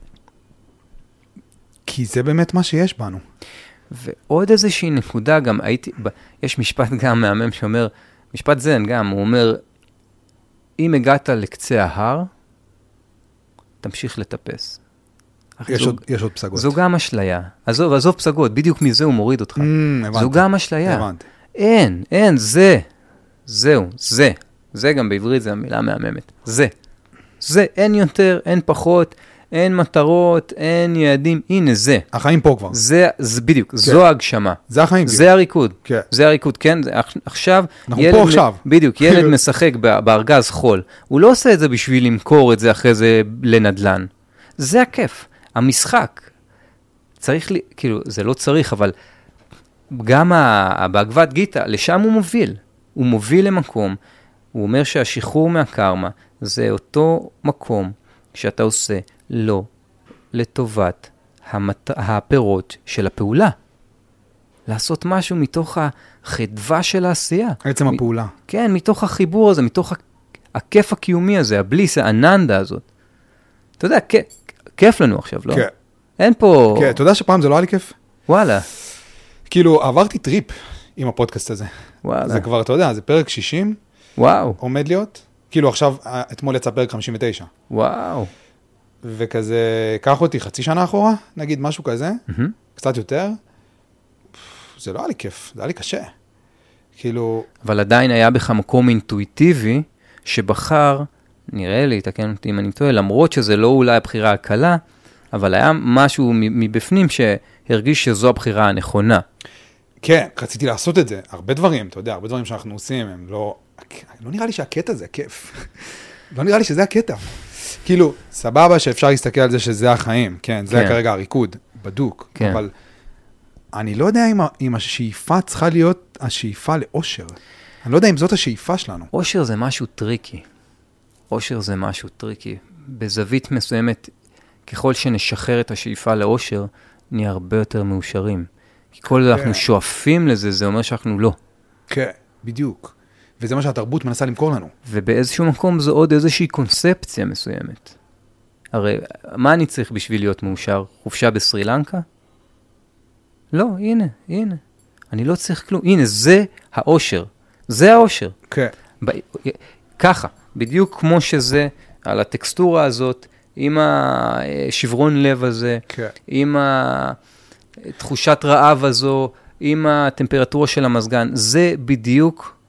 כי זה באמת מה שיש בנו. ועוד איזושהי נקודה, גם יש משפט גם מהמם שאומר, משפט זן גם, הוא אומר, אם הגעת לקצה ההר, תמשיך לטפס. יש עוד פסגות. זו גם אשליה. עזוב פסגות, בדיוק מזה הוא מוריד אותך. זו גם אשליה. אין, זהו. זה גם בעברית, זה המילה מהממת. זה, אין יותר, אין פחות, אין מטרות, אין יעדים, הנה זה. החיים פה כבר. זה בדיוק, זו ההגשמה. זה החיים. זה הריקוד. זה הריקוד, כן. עכשיו, אנחנו פה עכשיו. בדיוק, ילד משחק בארגז חול. הוא לא עושה את זה בשביל למכור את זה אחרי זה לנדלן. זה הכיף. המשחק. צריך לי, כאילו, זה לא צריך, אבל גם בהגבת גיטה, לשם הוא מוביל. הוא מוביל למקום. הוא אומר שהשחרור מהקרמה זה אותו מקום שאתה עושה לא לטובת הפירות של הפעולה. לעשות משהו מתוך החדווה של העשייה. עצם הפעולה. כן, מתוך החיבור הזה, מתוך הכיף הקיומי הזה, הבליס, האננדה הזאת. אתה יודע, כיף לנו עכשיו, לא? כן. אין פה... כן, אתה יודע שפעם זה לא היה לי כיף? וואלה. כאילו, עברתי טריפ עם הפודקאסט הזה. וואלה. זה כבר, אתה יודע, זה פרק 60. וואו. עומד להיות. כאילו, עכשיו, אתמול יצא פרק 59. וואו. וכזה, קח אותי חצי שנה אחורה, נגיד משהו כזה, קצת יותר. זה לא היה לי כיף, זה היה לי קשה. כאילו... אבל עדיין היה בך מקום אינטואיטיבי, שבחר, נראה לי, תקן אותי אם אני טועה, למרות שזה לא אולי הבחירה הקלה, אבל היה משהו מבפנים שהרגיש שזו הבחירה הנכונה. כן, רציתי לעשות את זה. הרבה דברים, אתה יודע, הרבה דברים שאנחנו עושים, הם לא נראה לי שהקטע זה הכיף. לא נראה לי שזה הקטע. כאילו, סבבה שאפשר להסתכל על זה שזה החיים, כן, זה כרגע הריקוד, בדוק, אבל אני לא יודע אם השאיפה צריכה להיות השאיפה לאושר. אני לא יודע אם זאת השאיפה שלנו. אושר זה משהו טריקי. אושר זה משהו טריקי. בזווית מסוימת, ככל שנשחרר את השאיפה לאושר, נהיה הרבה יותר מאושרים. כי כל זה אנחנו שואפים לזה, זה אומר שאנחנו לא. כן, בדיוק. וזה מה שהתרבות מנסה למכור לנו. ובאיזשהו מקום זו עוד איזושהי קונספציה מסוימת. הרי, מה אני צריך בשביל להיות מאושר? חופשה בסרי לנקה? לא, הנה. אני לא צריך כלום. הנה, זה האושר. זה האושר. כן. ככה, בדיוק כמו שזה, על הטקסטורה הזאת, עם השברון לב הזה, עם תחושת רעב הזו, עם הטמפרטורה של המזגן, זה בדיוק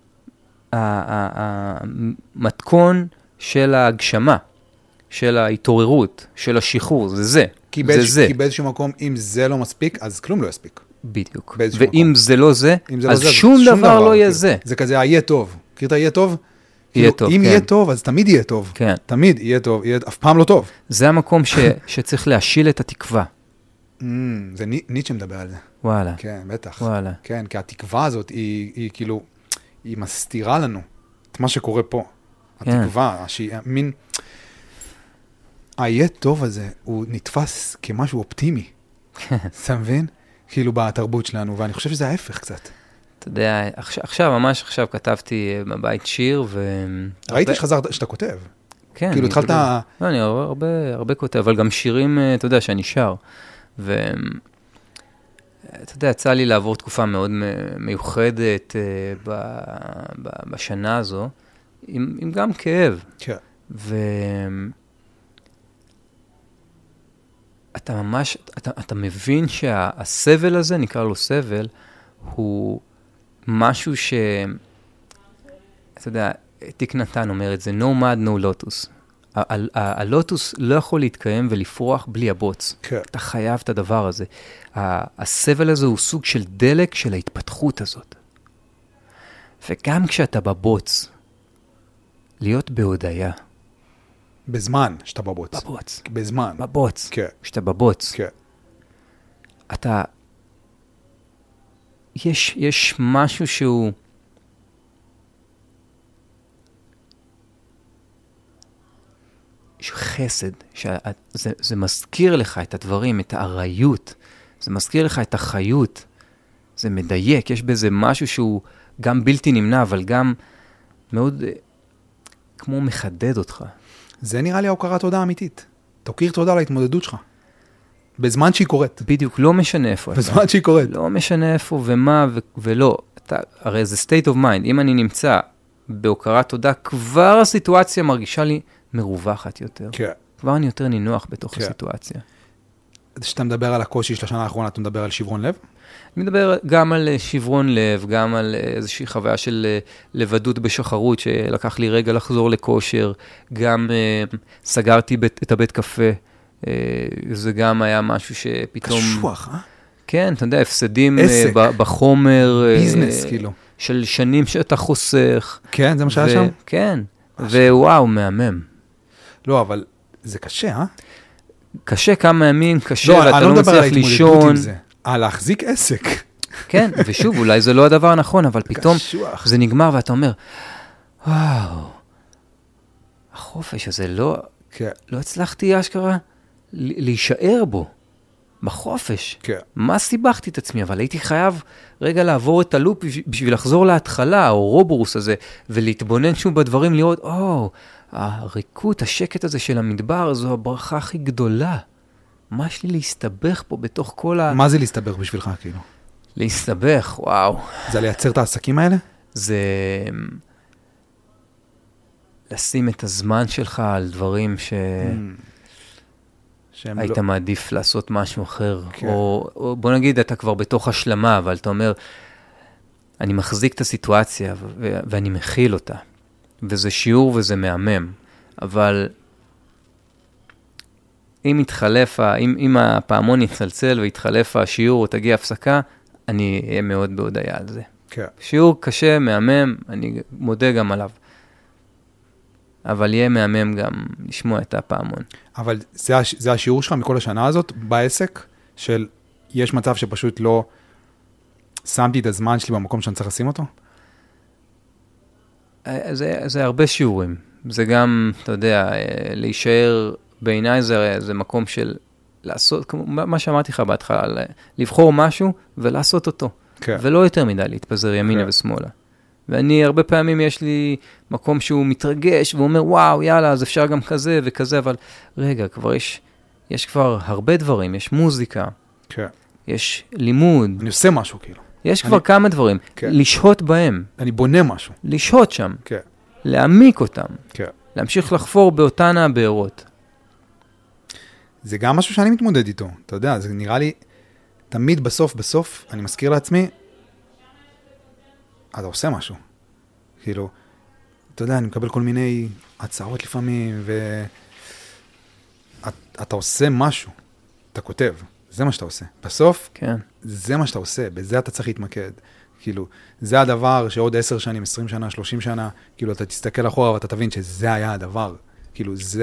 המתכון של ההגשמה, של ההתעוררות, של השחרור, זה. כי באיזשהו מקום, אם זה לא מספיק, אז כלום לא יספיק. בדיוק. ואם זה לא זה, אז שום דבר לא יהיה זה. זה כזה, יהיה טוב. מכיר את היהיה טוב? יהיה טוב, כן. אם יהיה טוב, אז תמיד יהיה טוב. כן. תמיד יהיה טוב, אף פעם לא טוב. זה המקום שצריך להשיל את התקווה. זה ניטשה מדבר על זה. וואלה. כן, בטח. וואלה. כן, כי התקווה הזאת היא כאילו, היא מסתירה לנו את מה שקורה פה. התקווה, מין, היהיה טוב הזה, הוא נתפס כמשהו אופטימי. אתה מבין? כאילו בתרבות שלנו, ואני חושב שזה ההפך קצת. אתה יודע, ממש עכשיו כתבתי בבית שיר, ראיתי שחזרת, שאתה כותב. כן. כאילו התחלת... לא, אני הרבה כותב, אבל גם שירים, אתה יודע, שאני שר. ואתה יודע, יצא לי לעבור תקופה מאוד מיוחדת בשנה הזו, עם גם כאב. כן. אתה ממש, אתה מבין שהסבל הזה, נקרא לו סבל, הוא משהו אתה יודע, תיק נתן אומר את זה, no mud, no lotus. הלוטוס לא יכול להתקיים ולפרוח בלי הבוץ. כן. אתה חייב את הדבר הזה. הסבל הזה הוא סוג של דלק של ההתפתחות הזאת. וגם כשאתה בבוץ, להיות בהודעה. בזמן שאתה בבוץ. בבוץ. בזמן. בבוץ. כן. כשאתה בבוץ. כן. אתה... יש משהו שהוא... חסד, זה מזכיר לך את הדברים, את העריות, זה מזכיר לך את החיות, זה מדייק, יש בזה משהו שהוא גם בלתי נמנע, אבל גם מאוד כמו מחדד אותך. זה נראה לי ההוקרת תודה אמיתית. תוקיר תודה להתמודדות שלך. בזמן שהיא קורית. בדיוק, לא משנה איפה. בזמן שהיא קורית. לא משנה איפה ומה ולא. הרי זה state of mind. אם אני נמצא בהוקרת תודה, כבר הסיטואציה מרגישה לי מרווחת יותר. כן. כבר אני יותר נינוח בתוך הסיטואציה. כשאתה מדבר על הקושי של השנה האחרונה, אתה מדבר על שברון לב? אני מדבר גם על שברון לב, גם על איזושהי חוויה של לבדות בשחרות, שלקח לי רגע לחזור לכושר, גם סגרתי את הבית קפה, זה גם היה משהו שפתאום... קשוח, אה? כן, אתה יודע, הפסדים בחומר... ביזנס, כאילו. של שנים שאתה חוסך. כן, זה מה שהיה שם? כן, ווואו, מהמם. לא, אבל זה קשה, אה? קשה כמה ימים, קשה, ואתה לא מצליח לישון. להחזיק עסק. כן, ושוב, אולי זה לא הדבר הנכון, אבל פתאום זה נגמר ואתה אומר, וואו, החופש הזה לא הצלחתי אשכרה להישאר בו. בחופש. כן. מה סיבכתי את עצמי? אבל הייתי חייב רגע לעבור את הלופ בשביל לחזור להתחלה, או רוברוס הזה, ולהתבונן שוב בדברים, לראות, הריקות, השקט הזה של המדבר, זו הברכה הכי גדולה. מה יש לי להסתבך פה בתוך כל מה זה להסתבך בשבילך, כאילו? להסתבך, וואו. זה לייצר את העסקים האלה? זה לשים את הזמן שלך על דברים היית מעדיף לעשות משהו אחר. או בוא נגיד, אתה כבר בתוך השלמה, אבל אתה אומר, אני מחזיק את הסיטואציה ואני מכיל אותה. וזה שיעור וזה מהמם. אבל אם אם הפעמון יצלצל ויתחלף השיעור או תגיע הפסקה, אני אהיה מאוד בהודעה על זה. כן. שיעור קשה, מהמם, אני מודה גם עליו. אבל יהיה מהמם גם לשמוע את הפעמון. אבל זה השיעור שלך מכל השנה הזאת בעסק, של יש מצב שפשוט לא שמתי את הזמן שלי במקום שאני צריך לשים אותו? זה הרבה שיעורים. זה גם, אתה יודע, להישאר בעיניי זה מקום של לעשות, מה שאמרתי לך בהתחלה, לבחור משהו ולעשות אותו. כן. ולא יותר מדי להתפזר ימינה ושמאלה. ואני הרבה פעמים יש לי מקום שהוא מתרגש, והוא אומר, וואו, יאללה, אז אפשר גם כזה וכזה, אבל רגע, כבר יש כבר הרבה דברים, יש מוזיקה, כן. יש לימוד. אני עושה משהו, כאילו. יש כבר כמה דברים, כן. לשהות בהם. אני בונה משהו. לשהות שם. כן. להעמיק אותם. כן. להמשיך לחפור באותן הבארות. זה גם משהו שאני מתמודד איתו. אתה יודע, זה נראה לי, תמיד בסוף, אני מזכיר לעצמי, אתה עושה משהו. כאילו, אתה יודע, אני מקבל כל מיני הצעות לפעמים, אתה עושה משהו. אתה כותב. זה מה שאתה עושה. בסוף, כן. זה מה שאתה עושה. בזה אתה צריך להתמקד. כאילו, זה הדבר שעוד 10 שנים, 20 שנה, 30 שנה, כאילו, אתה תסתכל אחורה ואתה תבין שזה היה הדבר. כאילו, זה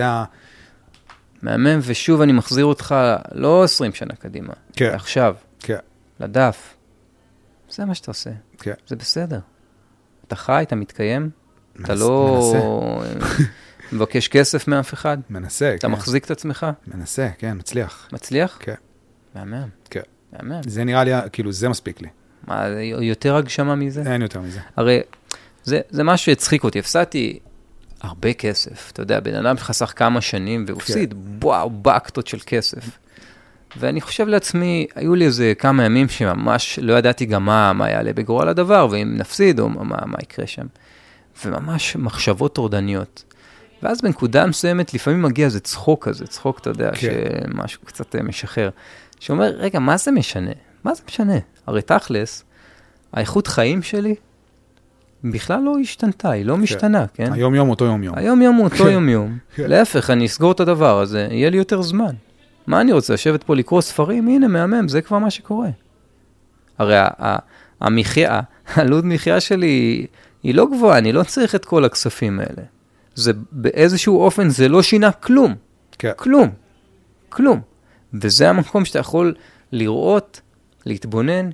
מהמם, ושוב אני מחזיר אותך לא 20 שנה קדימה. כן. עכשיו. כן. לדף. זה מה שאתה עושה. כן. זה בסדר. אתה חי, אתה מתקיים, אתה לא מבקש כסף מאף אחד. מנסה, אתה מחזיק את עצמך. מנסה, כן, מצליח. מצליח? כן. מהמם. כן. מהמם. זה נראה לי, כאילו, זה מספיק לי. מה, יותר הגשמה מזה? אין יותר מזה. הרי, זה משהו שהצחיק אותי. הפסדתי הרבה כסף. אתה יודע, בן אדם שחסך כמה שנים והפסיד, וואו, בקטות של כסף. ואני חושב לעצמי, היו לי איזה כמה ימים שממש לא ידעתי גם מה יעלה בגורל הדבר, ואם נפסיד או מה יקרה שם. וממש מחשבות טורדניות. ואז בנקודה מסוימת, לפעמים מגיע איזה צחוק כזה, צחוק, אתה יודע, שמשהו קצת משחרר, שאומר, רגע, מה זה משנה? מה זה משנה? הרי תכלס, האיכות חיים שלי בכלל לא השתנתה, היא לא משתנה, כן? היום יום אותו יום יום. היום יום אותו יום יום. להפך, אני אסגור את הדבר הזה, יהיה לי יותר זמן. מה אני רוצה? לשבת פה לקרוא ספרים? הנה, מהמם, זה כבר מה שקורה. הרי המחיה, העלות מחיה שלי היא לא גבוהה, אני לא צריך את כל הכספים האלה. זה באיזשהו אופן, זה לא שינה כלום. כן. כלום. וזה המקום שאתה יכול לראות, להתבונן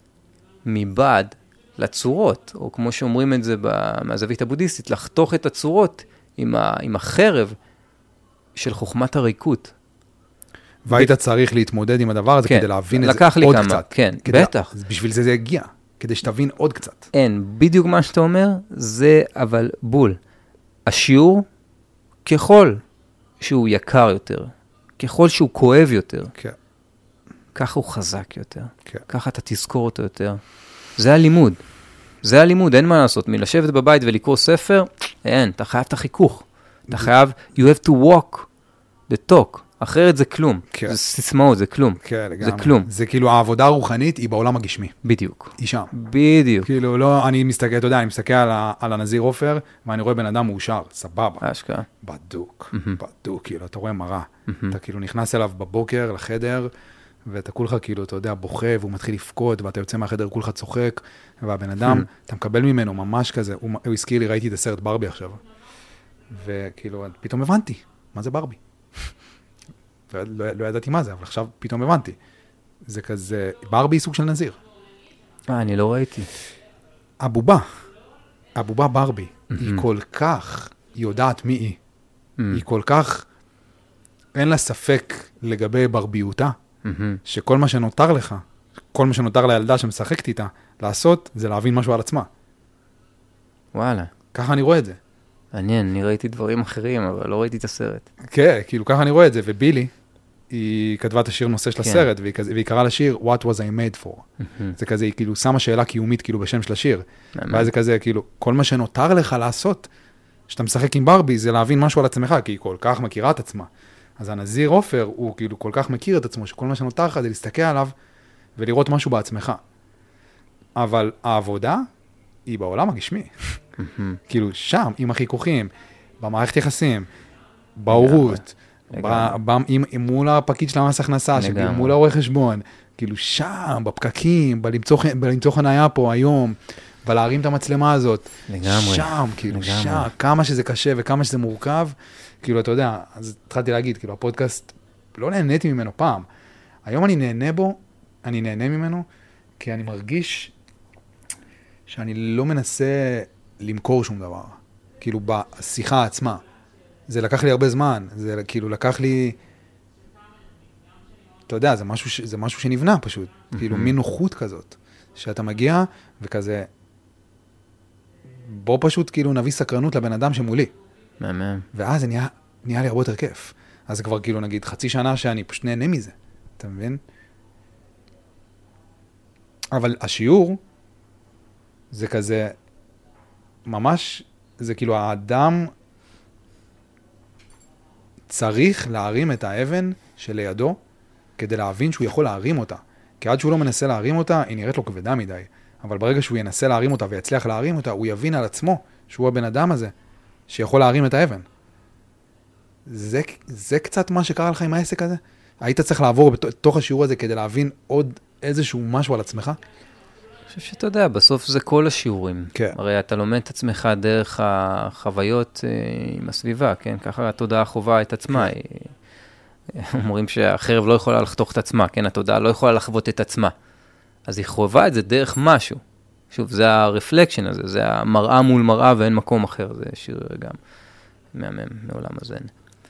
מבעד לצורות, או כמו שאומרים את זה מהזווית הבודהיסטית, לחתוך את הצורות עם החרב של חוכמת הריקות. והיית צריך להתמודד עם הדבר הזה כדי להבין את זה עוד קצת. כן, בטח. בשביל זה הגיע, כדי שתבין עוד קצת. אין, בדיוק מה שאתה אומר, זה אבל בול. השיעור, ככל שהוא יקר יותר, ככל שהוא כואב יותר, ככה הוא חזק יותר, ככה אתה תזכור אותו יותר. זה הלימוד, אין מה לעשות. מלשבת בבית ולקרוא ספר, אין, אתה חייב את החיכוך. אתה חייב, you have to walk the talk. אחרת זה כלום. זה סיסמאות, זה כלום. זה כלום. זה כאילו העבודה הרוחנית היא בעולם הגשמי. בדיוק. היא שם. בדיוק. כאילו לא, אני מסתכל, אתה יודע, אני מסתכל על הנזיר עופר, ואני רואה בן אדם מאושר, סבבה. אשכרה. בדוק, כאילו, אתה רואה מראה. אתה כאילו נכנס אליו בבוקר לחדר, ואתה כולך כאילו, אתה יודע, בוכה, והוא מתחיל לפקוד, ואתה יוצא מהחדר, כולך צוחק, והבן אדם, אתה מקבל ממנו ממש כזה, הוא הזכיר לי, ראיתי את הסרט ברבי עכשיו, וכאילו, פתאום הבנתי, מה זה ברבי? לא ידעתי מה זה, אבל עכשיו פתאום הבנתי. זה כזה, ברבי סוג של נזיר. אני לא ראיתי. הבובה ברבי, היא כל כך יודעת מי היא. היא כל כך, אין לה ספק לגבי ברביותה. שכל מה שנותר לך, כל מה שנותר לילדה שמשחקת איתה, לעשות, זה להבין משהו על עצמה. וואלה. ככה אני רואה את זה. מעניין, אני ראיתי דברים אחרים, אבל לא ראיתי את הסרט. כן, כאילו ככה אני רואה את זה, ובילי, היא כתבה את השיר נושא של הסרט, והיא קראה לשיר What was I made for. זה כזה, היא כאילו שמה שאלה קיומית כאילו בשם של השיר. ואז זה כזה, כאילו, כל מה שנותר לך לעשות, שאתה משחק עם ברבי, זה להבין משהו על עצמך, כי היא כל כך מכירה את עצמה. אז הנזיר עופר, הוא כאילו כל כך מכיר את עצמו, שכל מה שנותר לך זה להסתכל עליו, ולראות משהו בעצמך. אבל העבודה היא בעולם הגשמי. כאילו, שם, עם החיכוכים, במערכת יחסים, בהורות, מול הפקיד של המס הכנסה, מול העורך חשבון, כאילו שם, בפקקים, בלמצוא חניה פה היום, ולהרים את המצלמה הזאת. לגמרי. שם, כאילו, שם, כמה שזה קשה וכמה שזה מורכב, כאילו, אתה יודע, אז התחלתי להגיד, כאילו, הפודקאסט, לא נהניתי ממנו פעם. היום אני נהנה בו, אני נהנה ממנו, כי אני מרגיש שאני לא מנסה למכור שום דבר. כאילו, בשיחה עצמה. זה לקח לי הרבה זמן, זה כאילו לקח לי, אתה יודע, זה משהו שנבנה פשוט, כאילו מין נוחות כזאת, שאתה מגיע וכזה, בוא פשוט כאילו נביא סקרנות לבן אדם שמולי. ואז זה נהיה לי הרבה יותר כיף. אז זה כבר כאילו נגיד חצי שנה שאני פשוט נהנה מזה, אתה מבין? אבל השיעור, זה כזה, ממש, זה כאילו האדם צריך להרים את האבן שלידו, כדי להבין שהוא יכול להרים אותה. כי עד שהוא לא מנסה להרים אותה, היא נראית לו כבדה מדי. אבל ברגע שהוא ינסה להרים אותה ויצליח להרים אותה, הוא יבין על עצמו שהוא הבן אדם הזה, שיכול להרים את האבן. זה קצת מה שקרה לך עם העסק הזה? היית צריך לעבור בתוך השיעור הזה כדי להבין עוד איזשהו משהו על עצמך? אני חושב שאתה יודע, בסוף זה כל השיעורים. כן. הרי אתה לומד את עצמך דרך החוויות עם הסביבה, כן? ככה התודעה חובה את עצמה. כן. אומרים שהחרב לא יכולה לחתוך את עצמה, כן? התודעה לא יכולה לחוות את עצמה. אז היא חובה את זה דרך משהו. שוב, זה הרפלקשן הזה, זה המראה מול מראה ואין מקום אחר. זה שיר גם מהמם מעולם הזן.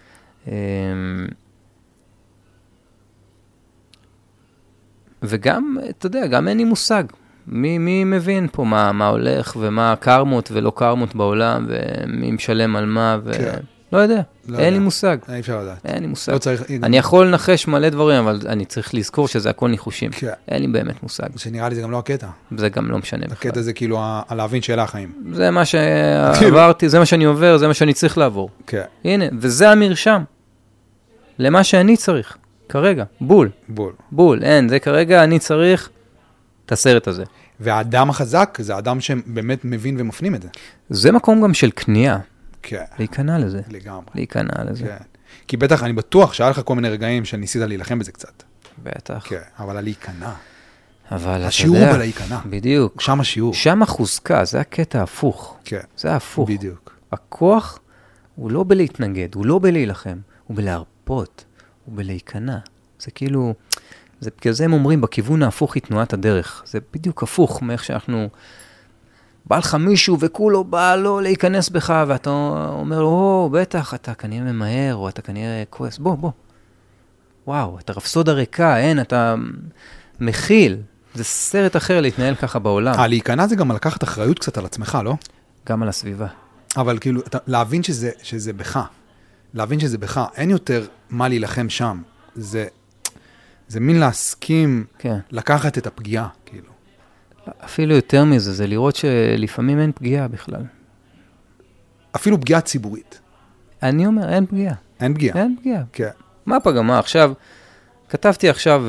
וגם, אתה יודע, גם אין לי מושג. מי מבין פה מה הולך ומה קרמות ולא קרמות בעולם ומי משלם על מה לא יודע, אין לי מושג. אי אפשר לדעת. אין לי מושג. אני יכול לנחש מלא דברים, אבל אני צריך לזכור שזה הכל ניחושים. אין לי באמת מושג. שנראה לי זה גם לא הקטע. זה גם לא משנה. הקטע זה כאילו להבין שאלה החיים. זה מה שעברתי, זה מה שאני עובר, זה מה שאני צריך לעבור. הנה, וזה המרשם. למה שאני צריך. כרגע, בול. אין, זה כרגע אני צריך את הסרט הזה. והאדם החזק זה האדם שבאמת מבין ומפנים את זה. זה מקום גם של קנייה. כן. להיכנע לזה. לגמרי. להיכנע לזה. כן. כי בטח, אני בטוח שהיה לך כל מיני רגעים שניסית להילחם בזה קצת. בטח. כן, אבל להיכנע. אבל השיעור הוא בלהיכנע. בדיוק. שם השיעור. שם החוזקה, זה הקטע הפוך. כן. זה הפוך. בדיוק. הכוח הוא לא בלהתנגד, הוא לא בלהילחם, הוא בלהרפות, הוא בלהיכנע. זה כאילו, זה כזה הם אומרים, בכיוון ההפוך היא תנועת הדרך. זה בדיוק הפוך מאיך שאנחנו, בא לך מישהו וכולו בא לו להיכנס בך, ואתה אומר לו, בטח, אתה כנראה ממהר, או אתה כנראה כועס, בוא. וואו, אתה רפסוד הריקה, אין, אתה מכיל. זה סרט אחר להתנהל ככה בעולם. להיכנע זה גם לקחת אחריות קצת על עצמך, לא? גם על הסביבה. אבל כאילו, להבין שזה בך. להבין שזה בך. אין יותר מה להילחם שם. זה מין להסכים, כן. לקחת את הפגיעה, כאילו. אפילו יותר מזה, זה לראות שלפעמים אין פגיעה בכלל. אפילו פגיעה ציבורית. אני אומר, אין פגיעה. אין פגיעה. אין פגיעה. כן. מה פגמה? עכשיו, כתבתי עכשיו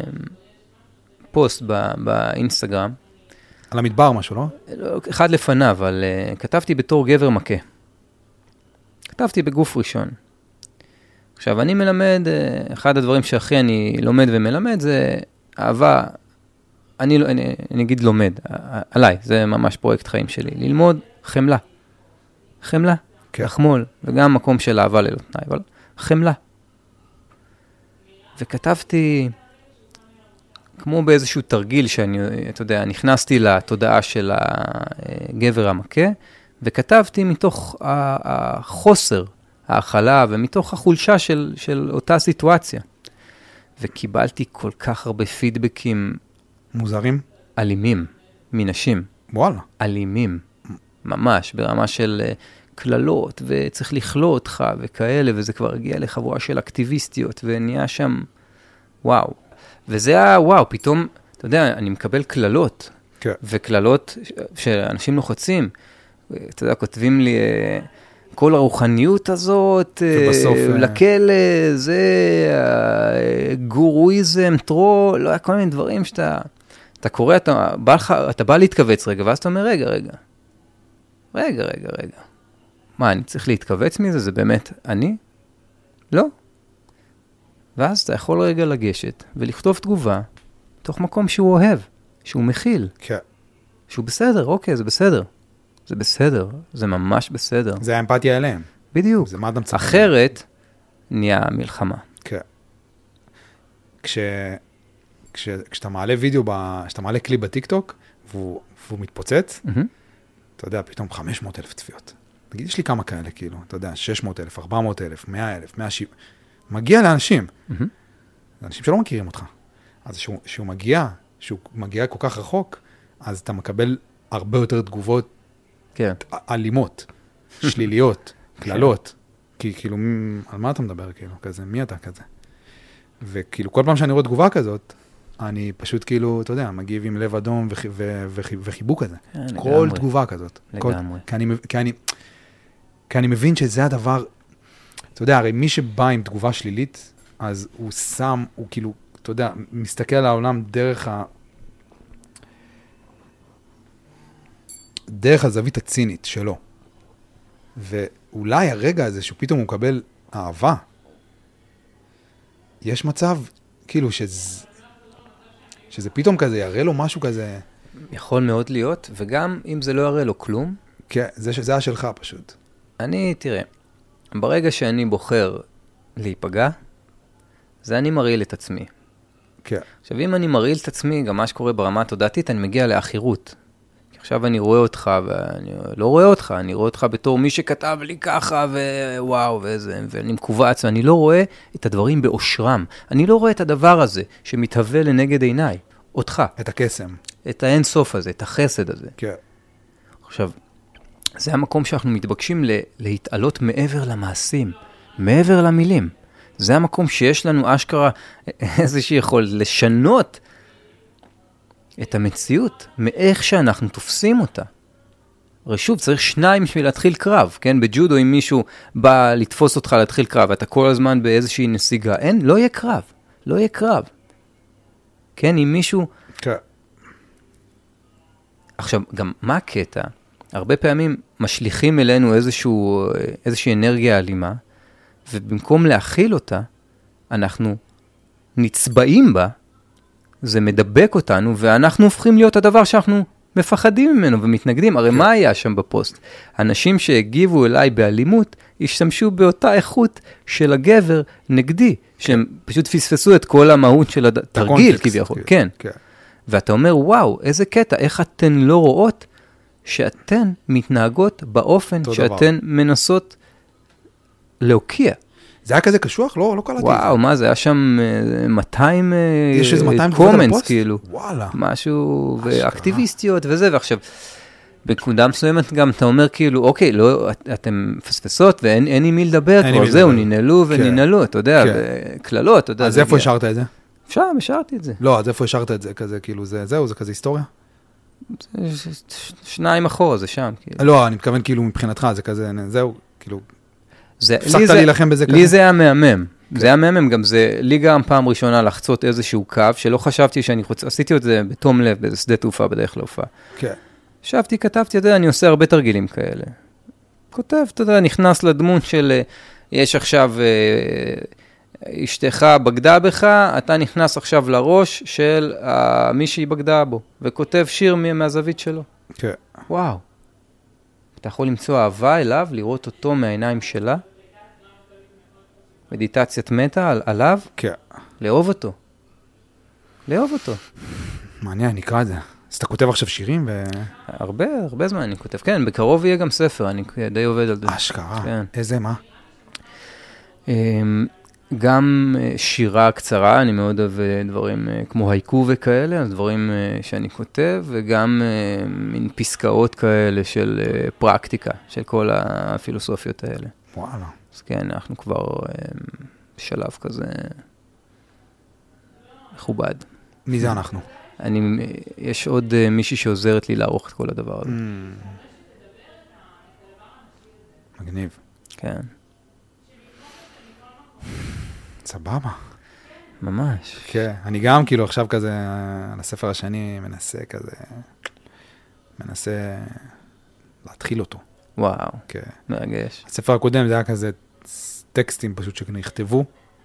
פוסט באינסטגרם. על המדבר משהו, לא? אחד לפניו, אבל כתבתי בתור גבר מכה. כתבתי בגוף ראשון. עכשיו, אני מלמד, אחד הדברים שהכי אני לומד ומלמד זה אהבה, אני אגיד לומד, עליי, זה ממש פרויקט חיים שלי, ללמוד חמלה. חמלה, כן. לחמול, וגם מקום של אהבה ללא תנאי, אבל חמלה. וכתבתי, כמו באיזשהו תרגיל שאני, אתה יודע, נכנסתי לתודעה של הגבר המכה, וכתבתי מתוך החוסר, ההכלה, ומתוך החולשה של אותה סיטואציה. וקיבלתי כל כך הרבה פידבקים מוזרים? אלימים, מנשים. וואלה. אלימים, ממש, ברמה של כללות, וצריך לכלוא אותך וכאלה, וזה כבר הגיע לחבורה של אקטיביסטיות, ונהיה שם, וואו. וזה היה, וואו, פתאום, אתה יודע, אני מקבל כללות, כן. וכללות שאנשים לוחצים, אתה יודע, כותבים לי, כל הרוחניות הזאת, ובסוף, לכלא, זה, גורואיזם, טרול, לא, כל מיני דברים שאתה קורא, אתה בא להתכווץ רגע, ואז אתה אומר, רגע. מה, אני צריך להתכווץ מזה? זה באמת אני? לא. ואז אתה יכול רגע לגשת ולכתוב תגובה, תוך מקום שהוא אוהב, שהוא מכיל. כן. שהוא בסדר, אוקיי, זה בסדר. זה בסדר, זה ממש בסדר. זה האמפתיה אליהם. בדיוק. זה מה אתה מצפה. אחרת, נהיה מלחמה. כן. כשאתה מעלה וידאו, כשאתה מעלה קליפ בטיקטוק, והוא מתפוצץ, אתה יודע, פתאום 500,000 צפיות. תגיד, יש לי כמה כאלה, כאילו, אתה יודע, 600,000, 400,000, 100,000, 170, מגיע לאנשים. לאנשים שלא מכירים אותך. אז שהוא מגיע כל כך רחוק, אז אתה מקבל הרבה יותר תגובות אלימות, שליליות, כללות. כי כאילו, על מה אתה מדבר, כאילו, כזה, מי אתה כזה? וכאילו, כל פעם שאני רואה תגובה כזאת, אני פשוט כאילו, אתה יודע, מגיב עם לב אדום וחיבוק כזה. כל תגובה כזאת. לגמרי. כי אני מבין שזה הדבר, אתה יודע, הרי מי שבא עם תגובה שלילית, אז הוא שם, הוא כאילו, אתה יודע, מסתכל על העולם דרך הזווית הצינית שלו. ואולי הרגע הזה שפתאום הוא מקבל אהבה, יש מצב, כאילו, שזה פתאום כזה יראה לו משהו כזה. יכול מאוד להיות, וגם אם זה לא יראה לו כלום. כן, זה היה שלך פשוט. תראה, ברגע שאני בוחר להיפגע, זה אני מרעיל את עצמי. כן. עכשיו, אם אני מרעיל את עצמי, גם מה שקורה ברמה התודעתית, אני מגיע לאחירות. כי עכשיו אני רואה אותך, ואני לא רואה אותך, אני רואה אותך בתור מי שכתב לי ככה, ווואו, ואני מקובץ, ואני לא רואה את הדברים באושרם. אני לא רואה את הדבר הזה שמתהווה לנגד עיניי, אותך. את הקסם. את האין סוף הזה, את החסד הזה. כן. עכשיו, זה המקום שאנחנו מתבקשים להתעלות מעבר למעשים, מעבר למילים. זה המקום שיש לנו אשכרה איזושהי יכול לשנות את המציאות מאיך שאנחנו תופסים אותה. הרי שוב, צריך שניים בשביל להתחיל קרב, כן? בג'ודו, אם מישהו בא לתפוס אותך להתחיל קרב, אתה כל הזמן באיזושהי נסיגה, לא יהיה קרב, לא יהיה קרב. כן, אם מישהו... כן. עכשיו, גם מה הקטע? הרבה פעמים משליכים אלינו איזושהי אנרגיה אלימה, ובמקום להכיל אותה, אנחנו נצבעים בה, זה מדבק אותנו, ואנחנו הופכים להיות הדבר שאנחנו מפחדים ממנו ומתנגדים. הרי מה היה שם בפוסט? אנשים שהגיבו אליי באלימות, השתמשו באותה איכות של הגבר נגדי, שהם פשוט פספסו את כל המהות של התרגיל כביכול. כן. ואתה אומר, וואו, איזה קטע, איך אתן לא רואות שאתן מתנהגות באופן שאתן מנסות להוקיע. זה היה כזה קשוח? לא קלטתי. וואו, מה זה? היה שם 200 יש איזה 200 קומנטס, כאילו. וואלה. משהו, ואקטיביסטיות וזה, ועכשיו, בנקודה מסוימת גם אתה אומר כאילו, אוקיי, לא, אתם מפספסות ואין עם מי לדבר, כבר זהו, ננעלו וננעלו, אתה יודע, כללות, אתה יודע. אז איפה השארת את זה? שם, השארתי את זה. לא, אז איפה השארת את זה? כזה, כאילו, זהו, זה כזה היסטוריה? 2 אחורה, זה שם. לא, אני מתכוון כאילו מבחינתך, זה כזה, זהו, כאילו, הפסקת להילחם בזה כזה. לי זה היה מהמם. זה היה מהמם, גם זה לי גם פעם ראשונה לחצות איזשהו קו, שלא חשבתי שאני עשיתי את זה בתום לב, באיזה שדה תעופה בדרך להופעה. כן. ישבתי, כתבתי, אתה יודע, אני עושה הרבה תרגילים כאלה. כותב, אתה יודע, נכנס לדמות של, יש עכשיו, אשתך בגדה בך, אתה נכנס עכשיו לראש של מי שהיא בגדה בו, וכותב שיר מהזווית שלו. כן. וואו. אתה יכול למצוא אהבה אליו, לראות אותו מהעיניים שלה, מדיטציית מטה עליו, כן. לאהוב אותו. לאהוב אותו. מעניין, נקרא את זה. אז אתה כותב עכשיו שירים הרבה זמן אני כותב. כן, בקרוב יהיה גם ספר, אני די עובד על זה. אשכרה. כן. איזה, מה? גם שירה קצרה, אני מאוד אוהב דברים כמו הייקו וכאלה, אז דברים שאני כותב, וגם מין פסקאות כאלה של פרקטיקה, של כל הפילוסופיות האלה. וואלה. אז כן, אנחנו כבר בשלב כזה מכובד. מי זה אנחנו? יש עוד מישהי שעוזרת לי לערוך את כל הדבר הזה. מגניב. כן. סבבה. ממש. כן, אני גם כאילו עכשיו כזה, על הספר השני מנסה להתחיל אותו. וואו, כן. מרגש. הספר הקודם זה היה כזה טקסטים פשוט שנכתבו,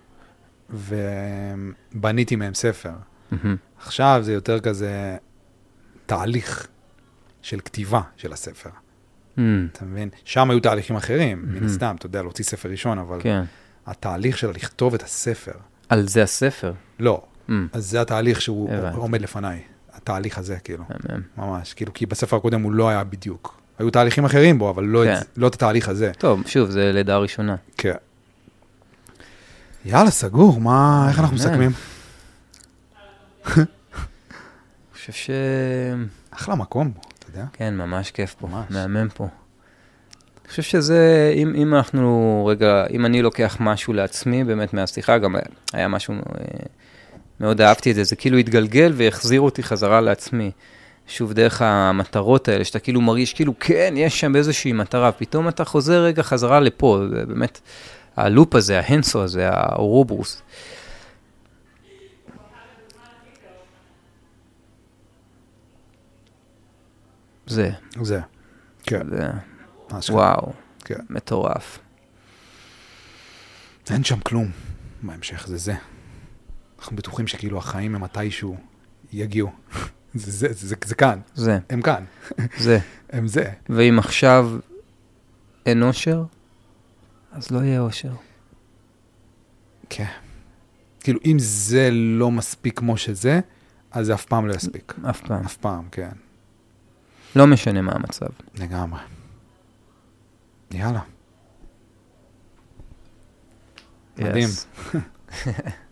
ובניתי מהם ספר. עכשיו זה יותר כזה תהליך של כתיבה של הספר. אתה מבין? שם היו תהליכים אחרים, מן הסתם, אתה יודע, להוציא ספר ראשון, אבל התהליך של לכתוב את הספר. על זה הספר? לא. אז זה התהליך שהוא עומד לפניי. התהליך הזה, כאילו. ממש. כאילו, כי בספר הקודם הוא לא היה בדיוק. היו תהליכים אחרים בו, אבל לא את התהליך הזה. טוב, שוב, זה לידה ראשונה. כן. יאללה, סגור. איך אנחנו מסכמים? אני חושב ש... אחלה מקום בו, אתה יודע? כן, ממש כיף פה. מהמם פה. אני חושב שזה, אם אנחנו רגע, אם אני לוקח משהו לעצמי, באמת מהשיחה, גם היה משהו, מאוד אהבתי את זה, זה כאילו התגלגל והחזיר אותי חזרה לעצמי. שוב, דרך המטרות האלה, שאתה כאילו מרגיש, כאילו, כן, יש שם איזושהי מטרה, פתאום אתה חוזר רגע חזרה לפה, זה באמת, הלופ הזה, ההנסו הזה, האורוברוס. זה. כן. וואו, מטורף. אין שם כלום. בהמשך זה. אנחנו בטוחים שכאילו החיים הם מתישהו יגיעו. זה כאן. זה. הם כאן. זה. הם זה. ואם עכשיו אין אושר, אז לא יהיה אושר. כן. כאילו, אם זה לא מספיק כמו שזה, אז זה אף פעם לא יספיק. אף פעם. אף פעם, כן. לא משנה מה המצב. לגמרי. יאללה. מדהים.